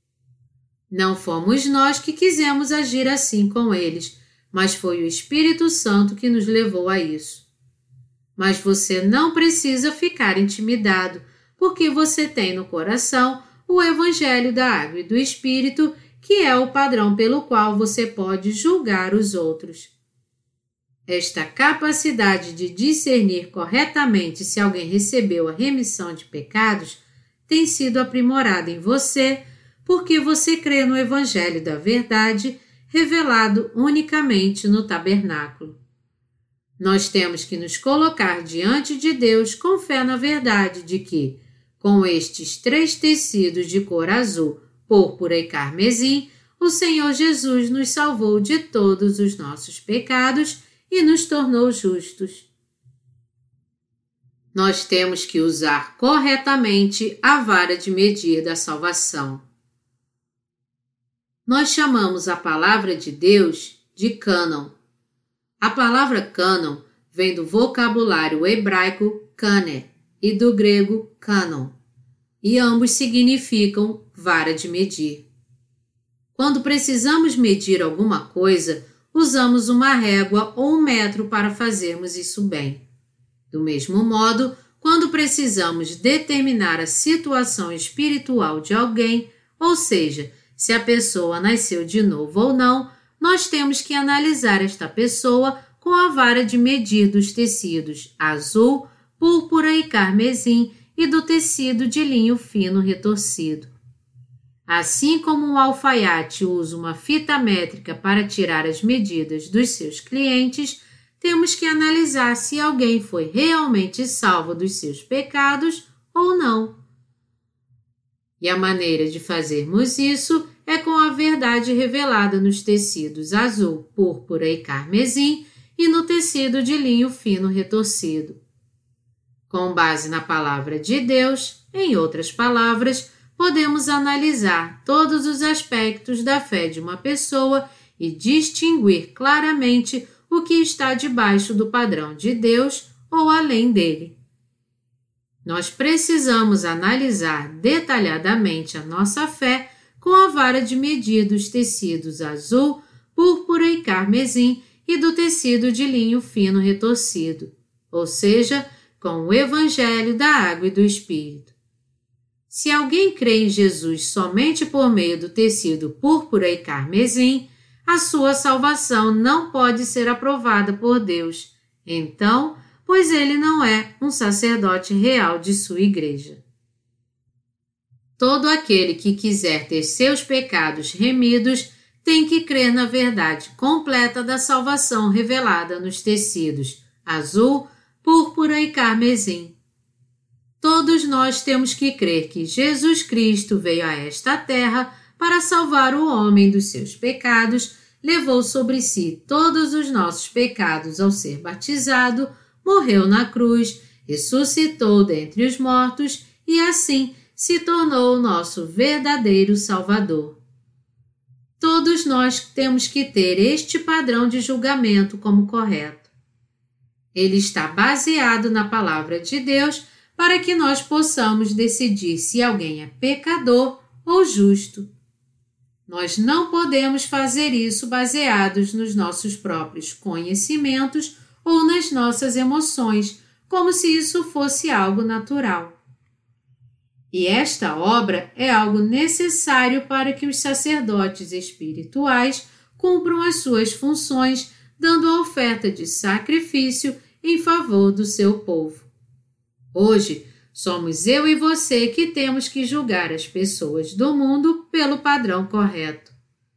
Não fomos nós que quisemos agir assim com eles, mas foi o Espírito Santo que nos levou a isso. Mas você não precisa ficar intimidado, porque você tem no coração o evangelho da água e do Espírito, que é o padrão pelo qual você pode julgar os outros. Esta capacidade de discernir corretamente se alguém recebeu a remissão de pecados tem sido aprimorada em você porque você crê no evangelho da verdade revelado unicamente no tabernáculo. Nós temos que nos colocar diante de Deus com fé na verdade de que, com estes três tecidos de cor azul, púrpura e carmesim, o Senhor Jesus nos salvou de todos os nossos pecados e nos tornou justos. Nós temos que usar corretamente a vara de medir da salvação. Nós chamamos a palavra de Deus de cânon. A palavra cânon vem do vocabulário hebraico kané e do grego cânon, e ambos significam vara de medir. Quando precisamos medir alguma coisa, usamos uma régua ou um metro para fazermos isso bem. Do mesmo modo, quando precisamos determinar a situação espiritual de alguém, ou seja, se a pessoa nasceu de novo ou não, nós temos que analisar esta pessoa com a vara de medir dos tecidos azul, púrpura e carmesim e do tecido de linho fino retorcido. Assim como um alfaiate usa uma fita métrica para tirar as medidas dos seus clientes, temos que analisar se alguém foi realmente salvo dos seus pecados ou não. E a maneira de fazermos isso é com a verdade revelada nos tecidos azul, púrpura e carmesim e no tecido de linho fino retorcido. Com base na palavra de Deus, em outras palavras, podemos analisar todos os aspectos da fé de uma pessoa e distinguir claramente o que está debaixo do padrão de Deus ou além dele. Nós precisamos analisar detalhadamente a nossa fé com a vara de medir dos tecidos azul, púrpura e carmesim e do tecido de linho fino retorcido, ou seja, com o Evangelho da Água e do Espírito. Se alguém crê em Jesus somente por meio do tecido púrpura e carmesim, a sua salvação não pode ser aprovada por Deus, então, pois ele não é um sacerdote real de sua igreja. Todo aquele que quiser ter seus pecados remidos tem que crer na verdade completa da salvação revelada nos tecidos azul, púrpura e carmesim. Todos nós temos que crer que Jesus Cristo veio a esta terra para salvar o homem dos seus pecados, levou sobre si todos os nossos pecados ao ser batizado, morreu na cruz, ressuscitou dentre os mortos e assim se tornou o nosso verdadeiro Salvador. Todos nós temos que ter este padrão de julgamento como correto. Ele está baseado na palavra de Deus para que nós possamos decidir se alguém é pecador ou justo. Nós não podemos fazer isso baseados nos nossos próprios conhecimentos ou nas nossas emoções, como se isso fosse algo natural. E esta obra é algo necessário para que os sacerdotes espirituais cumpram as suas funções, dando a oferta de sacrifício em favor do seu povo. Hoje, somos eu e você que temos que julgar as pessoas do mundo pelo padrão correto.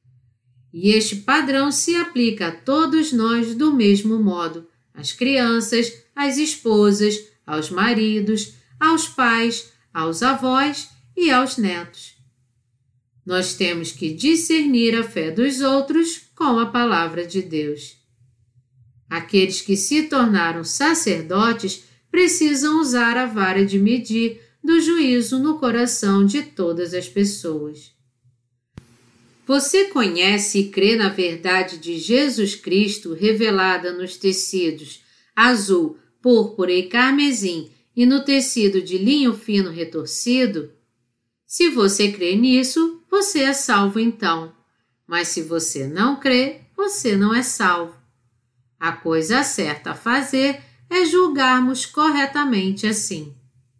E este padrão se aplica a todos nós do mesmo modo, às crianças, às esposas, aos maridos, aos pais, aos avós e aos netos. Nós temos que discernir a fé dos outros com a palavra de Deus. Aqueles que se tornaram sacerdotes precisam usar a vara de medir do juízo no coração de todas as pessoas. Você conhece e crê na verdade de Jesus Cristo revelada nos tecidos azul, púrpura e carmesim e no tecido de linho fino retorcido? Se você crê nisso, você é salvo então. Mas se você não crê, você não é salvo. A coisa certa a fazer é julgarmos corretamente assim.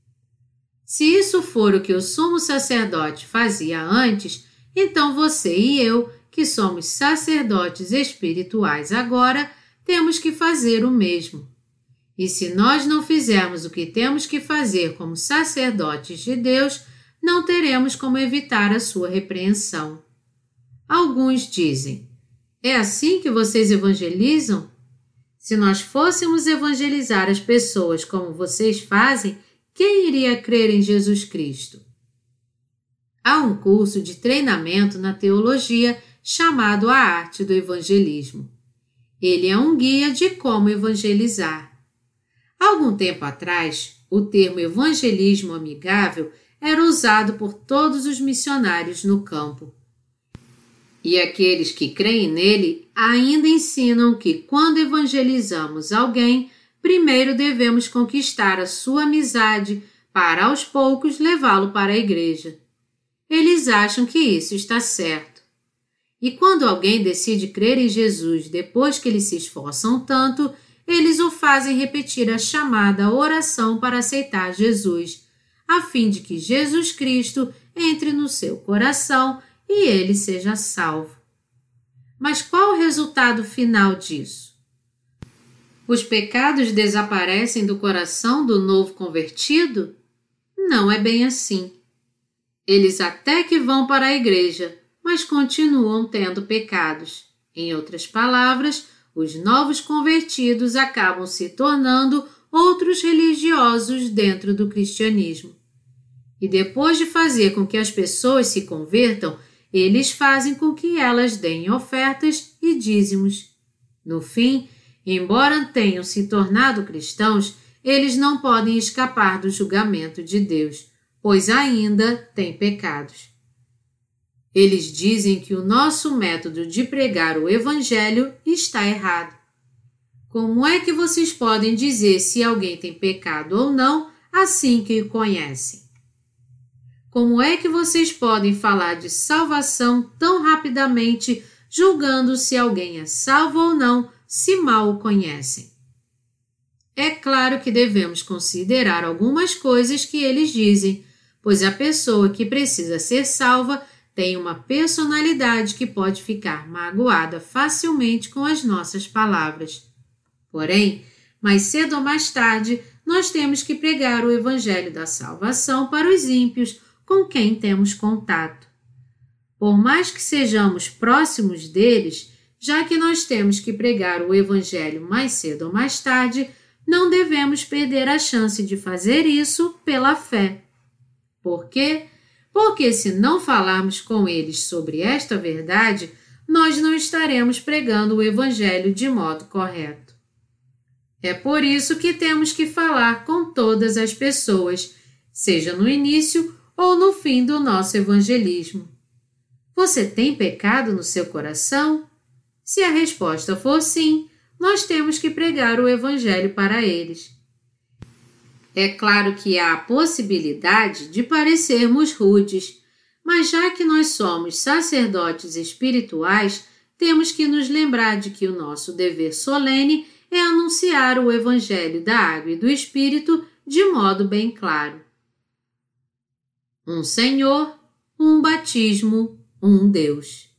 Se isso for o que o sumo sacerdote fazia antes, então você e eu, que somos sacerdotes espirituais agora, temos que fazer o mesmo. E se nós não fizermos o que temos que fazer como sacerdotes de Deus, não teremos como evitar a sua repreensão. Alguns dizem: é assim que vocês evangelizam? Se nós fôssemos evangelizar as pessoas como vocês fazem, quem iria crer em Jesus Cristo? Há um curso de treinamento na teologia chamado A Arte do Evangelismo. Ele é um guia de como evangelizar. Há algum tempo atrás, o termo evangelismo amigável era usado por todos os missionários no campo. E aqueles que creem nele ainda ensinam que quando evangelizamos alguém, primeiro devemos conquistar a sua amizade para aos poucos levá-lo para a igreja. Eles acham que isso está certo. E quando alguém decide crer em Jesus depois que eles se esforçam tanto, eles o fazem repetir a chamada oração para aceitar Jesus, a fim de que Jesus Cristo entre no seu coração e ele seja salvo. Mas qual o resultado final disso? Os pecados desaparecem do coração do novo convertido? Não é bem assim. Eles até que vão para a igreja, mas continuam tendo pecados. Em outras palavras, os novos convertidos acabam se tornando outros religiosos dentro do cristianismo. E depois de fazer com que as pessoas se convertam, eles fazem com que elas deem ofertas e dízimos. No fim, embora tenham se tornado cristãos, eles não podem escapar do julgamento de Deus, pois ainda têm pecados. Eles dizem que o nosso método de pregar o Evangelho está errado. Como é que vocês podem dizer se alguém tem pecado ou não assim que o conhecem? Como é que vocês podem falar de salvação tão rapidamente, julgando se alguém é salvo ou não, se mal o conhecem? É claro que devemos considerar algumas coisas que eles dizem, pois a pessoa que precisa ser salva tem uma personalidade que pode ficar magoada facilmente com as nossas palavras. Porém, mais cedo ou mais tarde, nós temos que pregar o Evangelho da salvação para os ímpios com quem temos contato. Por mais que sejamos próximos deles, já que nós temos que pregar o Evangelho mais cedo ou mais tarde, não devemos perder a chance de fazer isso pela fé. Por quê? Porque se não falarmos com eles sobre esta verdade, nós não estaremos pregando o Evangelho de modo correto. É por isso que temos que falar com todas as pessoas, seja no início ou no fim do nosso evangelismo. Você tem pecado no seu coração? Se a resposta for sim, nós temos que pregar o Evangelho para eles. É claro que há a possibilidade de parecermos rudes, mas já que nós somos sacerdotes espirituais, temos que nos lembrar de que o nosso dever solene é anunciar o Evangelho da Água e do Espírito de modo bem claro. Um Senhor, um batismo, um Deus.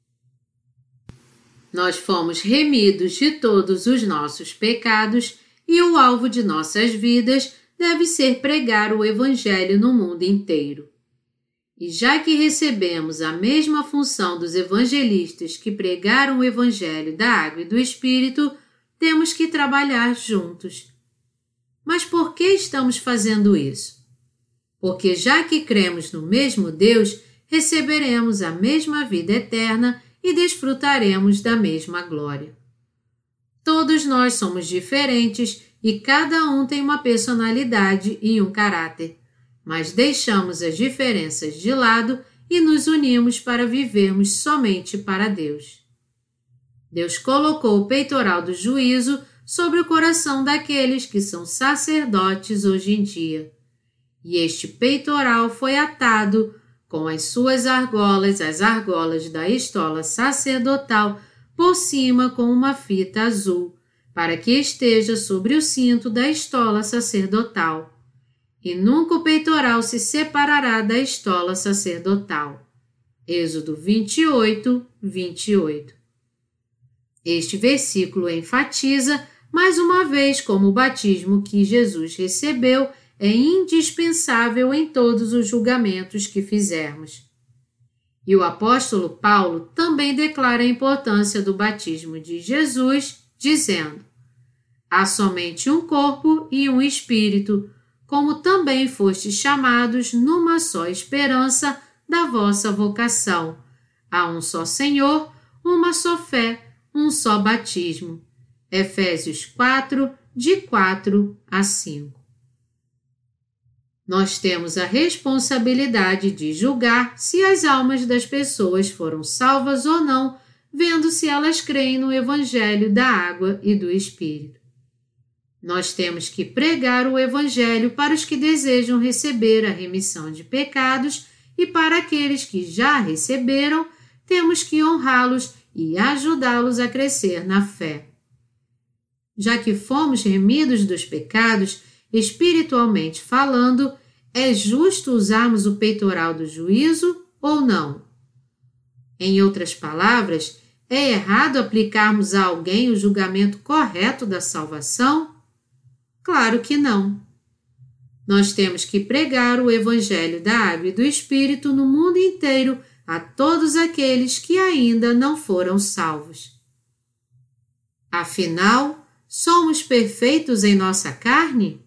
Nós fomos remidos de todos os nossos pecados e o alvo de nossas vidas deve ser pregar o Evangelho no mundo inteiro. E já que recebemos a mesma função dos evangelistas que pregaram o Evangelho da Água e do Espírito, temos que trabalhar juntos. Mas por que estamos fazendo isso? Porque já que cremos no mesmo Deus, receberemos a mesma vida eterna e desfrutaremos da mesma glória. Todos nós somos diferentes e cada um tem uma personalidade e um caráter, mas deixamos as diferenças de lado e nos unimos para vivermos somente para Deus. Deus colocou o peitoral do juízo sobre o coração daqueles que são sacerdotes hoje em dia. E este peitoral foi atado com as suas argolas, as argolas da estola sacerdotal, por cima com uma fita azul, para que esteja sobre o cinto da estola sacerdotal. E nunca o peitoral se separará da estola sacerdotal. Êxodo vinte e oito, vinte e oito. Este versículo enfatiza, mais uma vez, como o batismo que Jesus recebeu é indispensável em todos os julgamentos que fizermos. E o apóstolo Paulo também declara a importância do batismo de Jesus, dizendo: há somente um corpo e um espírito, como também fostes chamados numa só esperança da vossa vocação. Há um só Senhor, uma só fé, um só batismo. Efésios quatro, de quatro a cinco. Nós temos a responsabilidade de julgar se as almas das pessoas foram salvas ou não, vendo se elas creem no Evangelho da Água e do Espírito. Nós temos que pregar o Evangelho para os que desejam receber a remissão de pecados e para aqueles que já receberam, temos que honrá-los e ajudá-los a crescer na fé. Já que fomos remidos dos pecados, espiritualmente falando, é justo usarmos o peitoral do juízo ou não? Em outras palavras, é errado aplicarmos a alguém o julgamento correto da salvação? Claro que não. Nós temos que pregar o Evangelho da Água e do Espírito no mundo inteiro a todos aqueles que ainda não foram salvos. Afinal, somos perfeitos em nossa carne?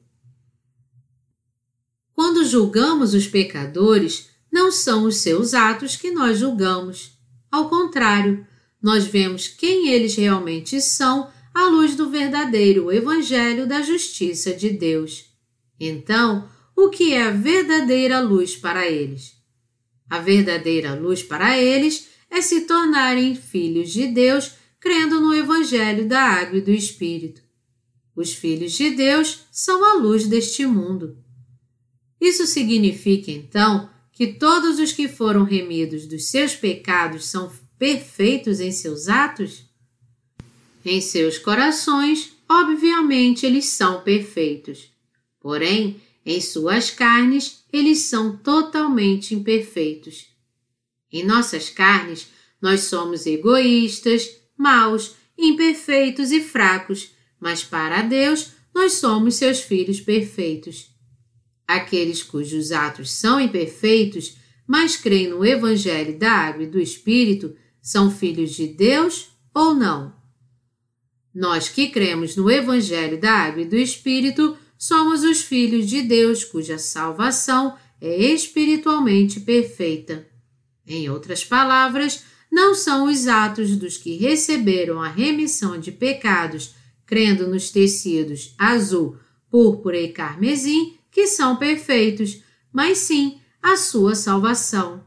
Quando julgamos os pecadores, não são os seus atos que nós julgamos. Ao contrário, nós vemos quem eles realmente são à luz do verdadeiro Evangelho da Justiça de Deus. Então, o que é a verdadeira luz para eles? A verdadeira luz para eles é se tornarem filhos de Deus, crendo no Evangelho da Água e do Espírito. Os filhos de Deus são a luz deste mundo. Isso significa, então, que todos os que foram remidos dos seus pecados são perfeitos em seus atos? Em seus corações, obviamente, eles são perfeitos. Porém, em suas carnes, eles são totalmente imperfeitos. Em nossas carnes, nós somos egoístas, maus, imperfeitos e fracos, mas para Deus, nós somos seus filhos perfeitos. Aqueles cujos atos são imperfeitos, mas creem no Evangelho da Água e do Espírito, são filhos de Deus ou não? Nós que cremos no Evangelho da Água e do Espírito, somos os filhos de Deus cuja salvação é espiritualmente perfeita. Em outras palavras, não são os atos dos que receberam a remissão de pecados, crendo nos tecidos azul, púrpura e carmesim, que são perfeitos, mas sim a sua salvação.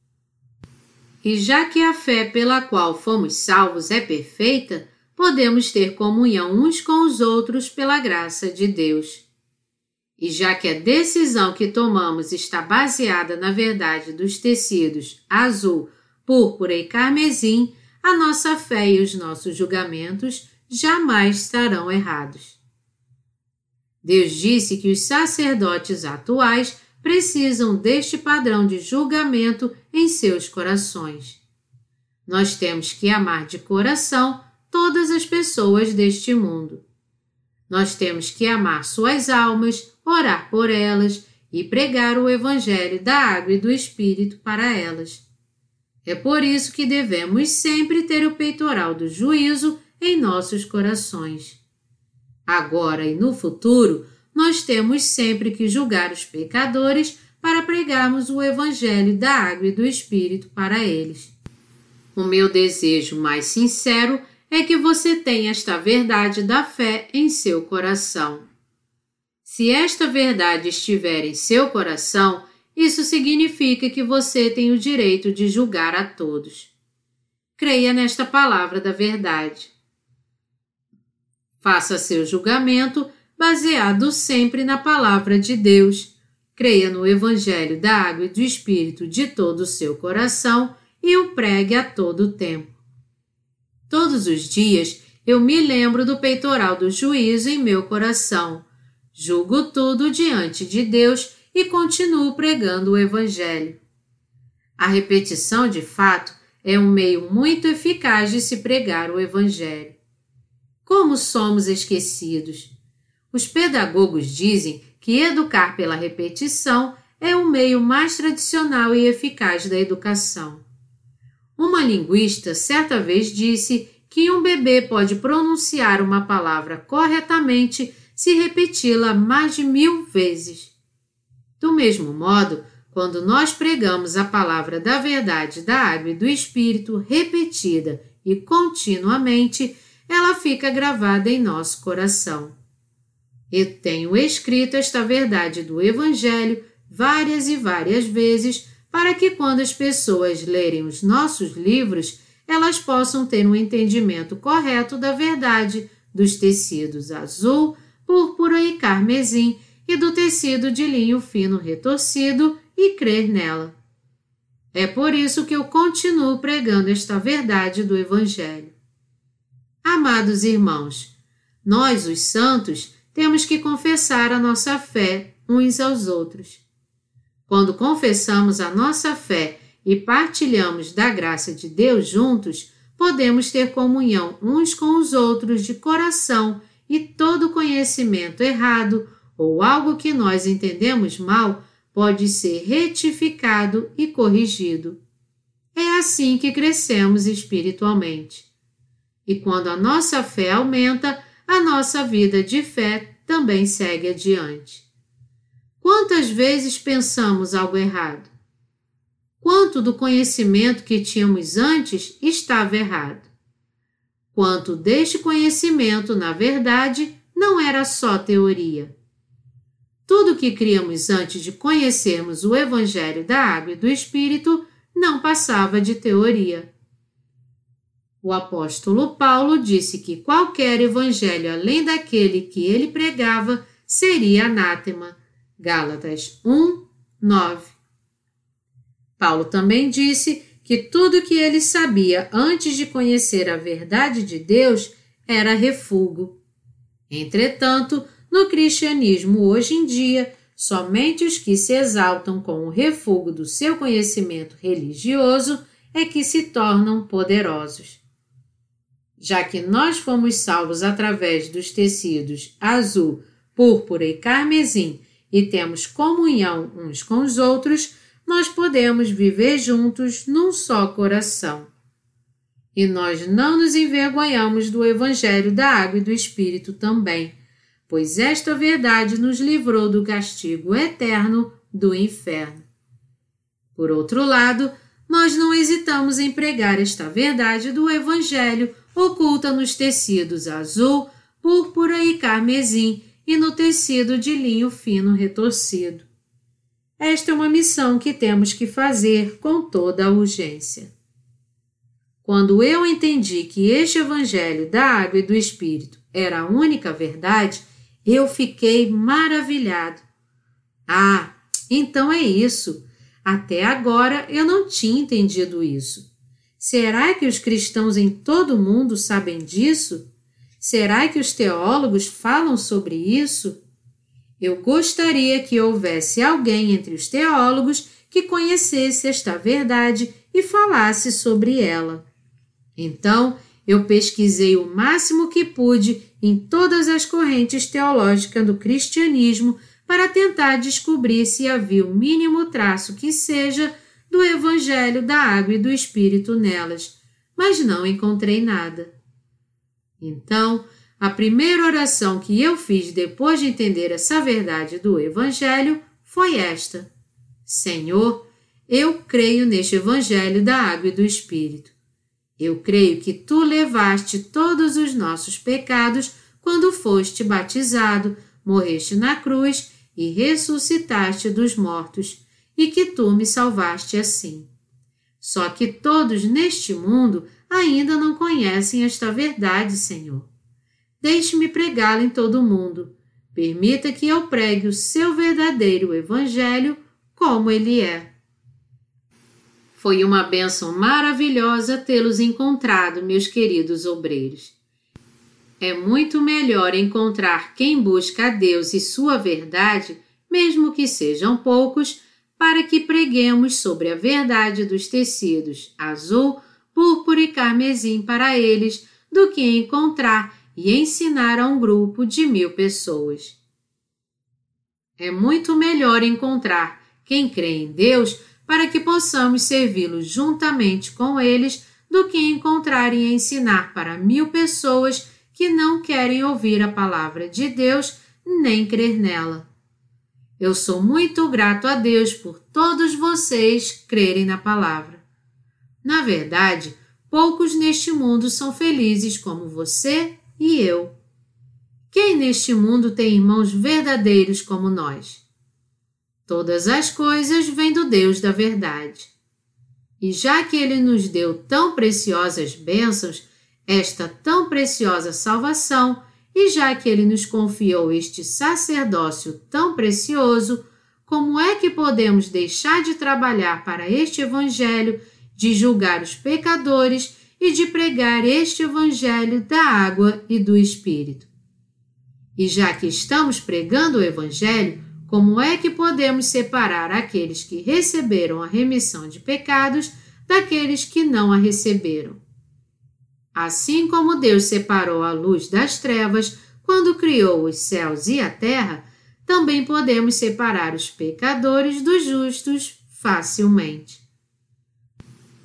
E já que a fé pela qual fomos salvos é perfeita, podemos ter comunhão uns com os outros pela graça de Deus. E já que a decisão que tomamos está baseada na verdade dos tecidos azul, púrpura e carmesim, a nossa fé e os nossos julgamentos jamais estarão errados. Deus disse que os sacerdotes atuais precisam deste padrão de julgamento em seus corações. Nós temos que amar de coração todas as pessoas deste mundo. Nós temos que amar suas almas, orar por elas e pregar o Evangelho da Água e do Espírito para elas. É por isso que devemos sempre ter o peitoral do juízo em nossos corações. Agora e no futuro, nós temos sempre que julgar os pecadores para pregarmos o Evangelho da Água e do Espírito para eles. O meu desejo mais sincero é que você tenha esta verdade da fé em seu coração. Se esta verdade estiver em seu coração, isso significa que você tem o direito de julgar a todos. Creia nesta palavra da verdade. Faça seu julgamento baseado sempre na palavra de Deus. Creia no Evangelho da Água e do Espírito de todo o seu coração e o pregue a todo o tempo. Todos os dias eu me lembro do peitoral do juízo em meu coração. Julgo tudo diante de Deus e continuo pregando o Evangelho. A repetição, de fato, é um meio muito eficaz de se pregar o Evangelho. Como somos esquecidos! Os pedagogos dizem que educar pela repetição é o meio mais tradicional e eficaz da educação. Uma linguista certa vez disse que um bebê pode pronunciar uma palavra corretamente se repeti-la mais de mil vezes. Do mesmo modo, quando nós pregamos a palavra da verdade da Água e do Espírito repetida e continuamente, ela fica gravada em nosso coração. Eu tenho escrito esta verdade do Evangelho várias e várias vezes para que quando as pessoas lerem os nossos livros, elas possam ter um entendimento correto da verdade dos tecidos azul, púrpura e carmesim e do tecido de linho fino retorcido e crer nela. É por isso que eu continuo pregando esta verdade do Evangelho. Amados irmãos, nós, os santos, temos que confessar a nossa fé uns aos outros. Quando confessamos a nossa fé e partilhamos da graça de Deus juntos, podemos ter comunhão uns com os outros de coração e todo conhecimento errado ou algo que nós entendemos mal pode ser retificado e corrigido. É assim que crescemos espiritualmente. E quando a nossa fé aumenta, a nossa vida de fé também segue adiante. Quantas vezes pensamos algo errado? Quanto do conhecimento que tínhamos antes estava errado? Quanto deste conhecimento, na verdade, não era só teoria? Tudo que criamos antes de conhecermos o Evangelho da Água e do Espírito não passava de teoria. O apóstolo Paulo disse que qualquer evangelho além daquele que ele pregava seria anátema. Gálatas um, nove. Paulo também disse que tudo que ele sabia antes de conhecer a verdade de Deus era refúgio. Entretanto, no cristianismo hoje em dia, somente os que se exaltam com o refúgio do seu conhecimento religioso é que se tornam poderosos. Já que nós fomos salvos através dos tecidos azul, púrpura e carmesim e temos comunhão uns com os outros, nós podemos viver juntos num só coração. E nós não nos envergonhamos do Evangelho da Água e do Espírito também, pois esta verdade nos livrou do castigo eterno do inferno. Por outro lado, nós não hesitamos em pregar esta verdade do Evangelho oculta nos tecidos azul, púrpura e carmesim e no tecido de linho fino retorcido. Esta é uma missão que temos que fazer com toda a urgência. Quando eu entendi que este Evangelho da Água e do Espírito era a única verdade, eu fiquei maravilhado. Ah, então é isso. Até agora eu não tinha entendido isso. Será que os cristãos em todo o mundo sabem disso? Será que os teólogos falam sobre isso? Eu gostaria que houvesse alguém entre os teólogos que conhecesse esta verdade e falasse sobre ela. Então, eu pesquisei o máximo que pude em todas as correntes teológicas do cristianismo para tentar descobrir se havia o mínimo traço que seja do Evangelho da Água e do Espírito nelas, mas não encontrei nada. Então, a primeira oração que eu fiz depois de entender essa verdade do Evangelho foi esta: Senhor, eu creio neste Evangelho da Água e do Espírito. Eu creio que Tu levaste todos os nossos pecados quando foste batizado, morreste na cruz e ressuscitaste dos mortos, e que Tu me salvaste assim. Só que todos neste mundo ainda não conhecem esta verdade, Senhor. Deixe-me pregá-la em todo o mundo. Permita que eu pregue o Seu verdadeiro Evangelho como ele é. Foi uma bênção maravilhosa tê-los encontrado, meus queridos obreiros. É muito melhor encontrar quem busca a Deus e sua verdade, mesmo que sejam poucos, para que preguemos sobre a verdade dos tecidos azul, púrpura e carmesim para eles, do que encontrar e ensinar a um grupo de mil pessoas. É muito melhor encontrar quem crê em Deus para que possamos servi-lo juntamente com eles do que encontrar e ensinar para mil pessoas que não querem ouvir a palavra de Deus nem crer nela. Eu sou muito grato a Deus por todos vocês crerem na palavra. Na verdade, poucos neste mundo são felizes como você e eu. Quem neste mundo tem irmãos verdadeiros como nós? Todas as coisas vêm do Deus da verdade. E já que Ele nos deu tão preciosas bênçãos, esta tão preciosa salvação, e já que Ele nos confiou este sacerdócio tão precioso, como é que podemos deixar de trabalhar para este Evangelho, de julgar os pecadores e de pregar este Evangelho da água e do Espírito? E já que estamos pregando o Evangelho, como é que podemos separar aqueles que receberam a remissão de pecados daqueles que não a receberam? Assim como Deus separou a luz das trevas quando criou os céus e a terra, também podemos separar os pecadores dos justos facilmente.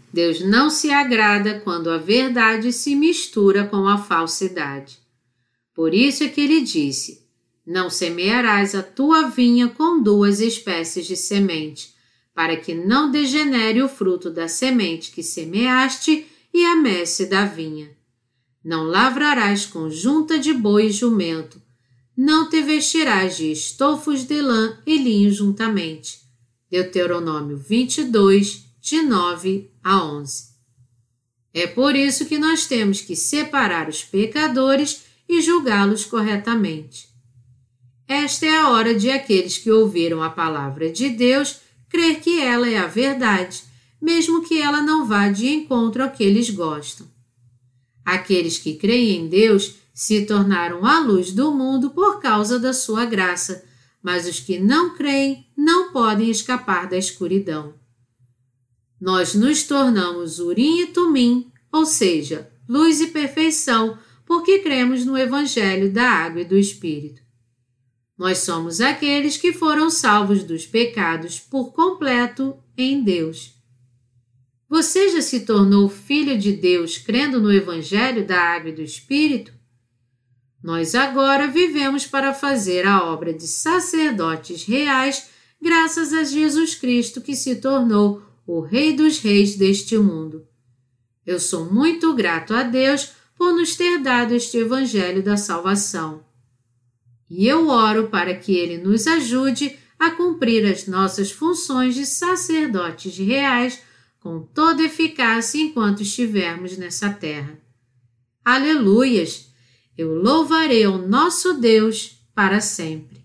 Deus não se agrada quando a verdade se mistura com a falsidade. Por isso é que ele disse: não semearás a tua vinha com duas espécies de semente, para que não degenere o fruto da semente que semeaste e a messe da vinha. Não lavrarás com junta de boi e jumento, não te vestirás de estofos de lã e linho juntamente. Deuteronômio vinte e dois, de nove a onze. É por isso que nós temos que separar os pecadores e julgá-los corretamente. Esta é a hora de aqueles que ouviram a palavra de Deus crer que ela é a verdade, mesmo que ela não vá de encontro ao que eles gostam. Aqueles que creem em Deus se tornaram a luz do mundo por causa da sua graça, mas os que não creem não podem escapar da escuridão. Nós nos tornamos Urim e Tumim, ou seja, luz e perfeição, porque cremos no Evangelho da Água e do Espírito. Nós somos aqueles que foram salvos dos pecados por completo em Deus. Você já se tornou filho de Deus crendo no Evangelho da Água e do Espírito? Nós agora vivemos para fazer a obra de sacerdotes reais graças a Jesus Cristo que se tornou o Rei dos Reis deste mundo. Eu sou muito grato a Deus por nos ter dado este Evangelho da salvação. E eu oro para que Ele nos ajude a cumprir as nossas funções de sacerdotes reais com toda eficácia enquanto estivermos nessa terra. Aleluias! Eu louvarei ao nosso Deus para sempre.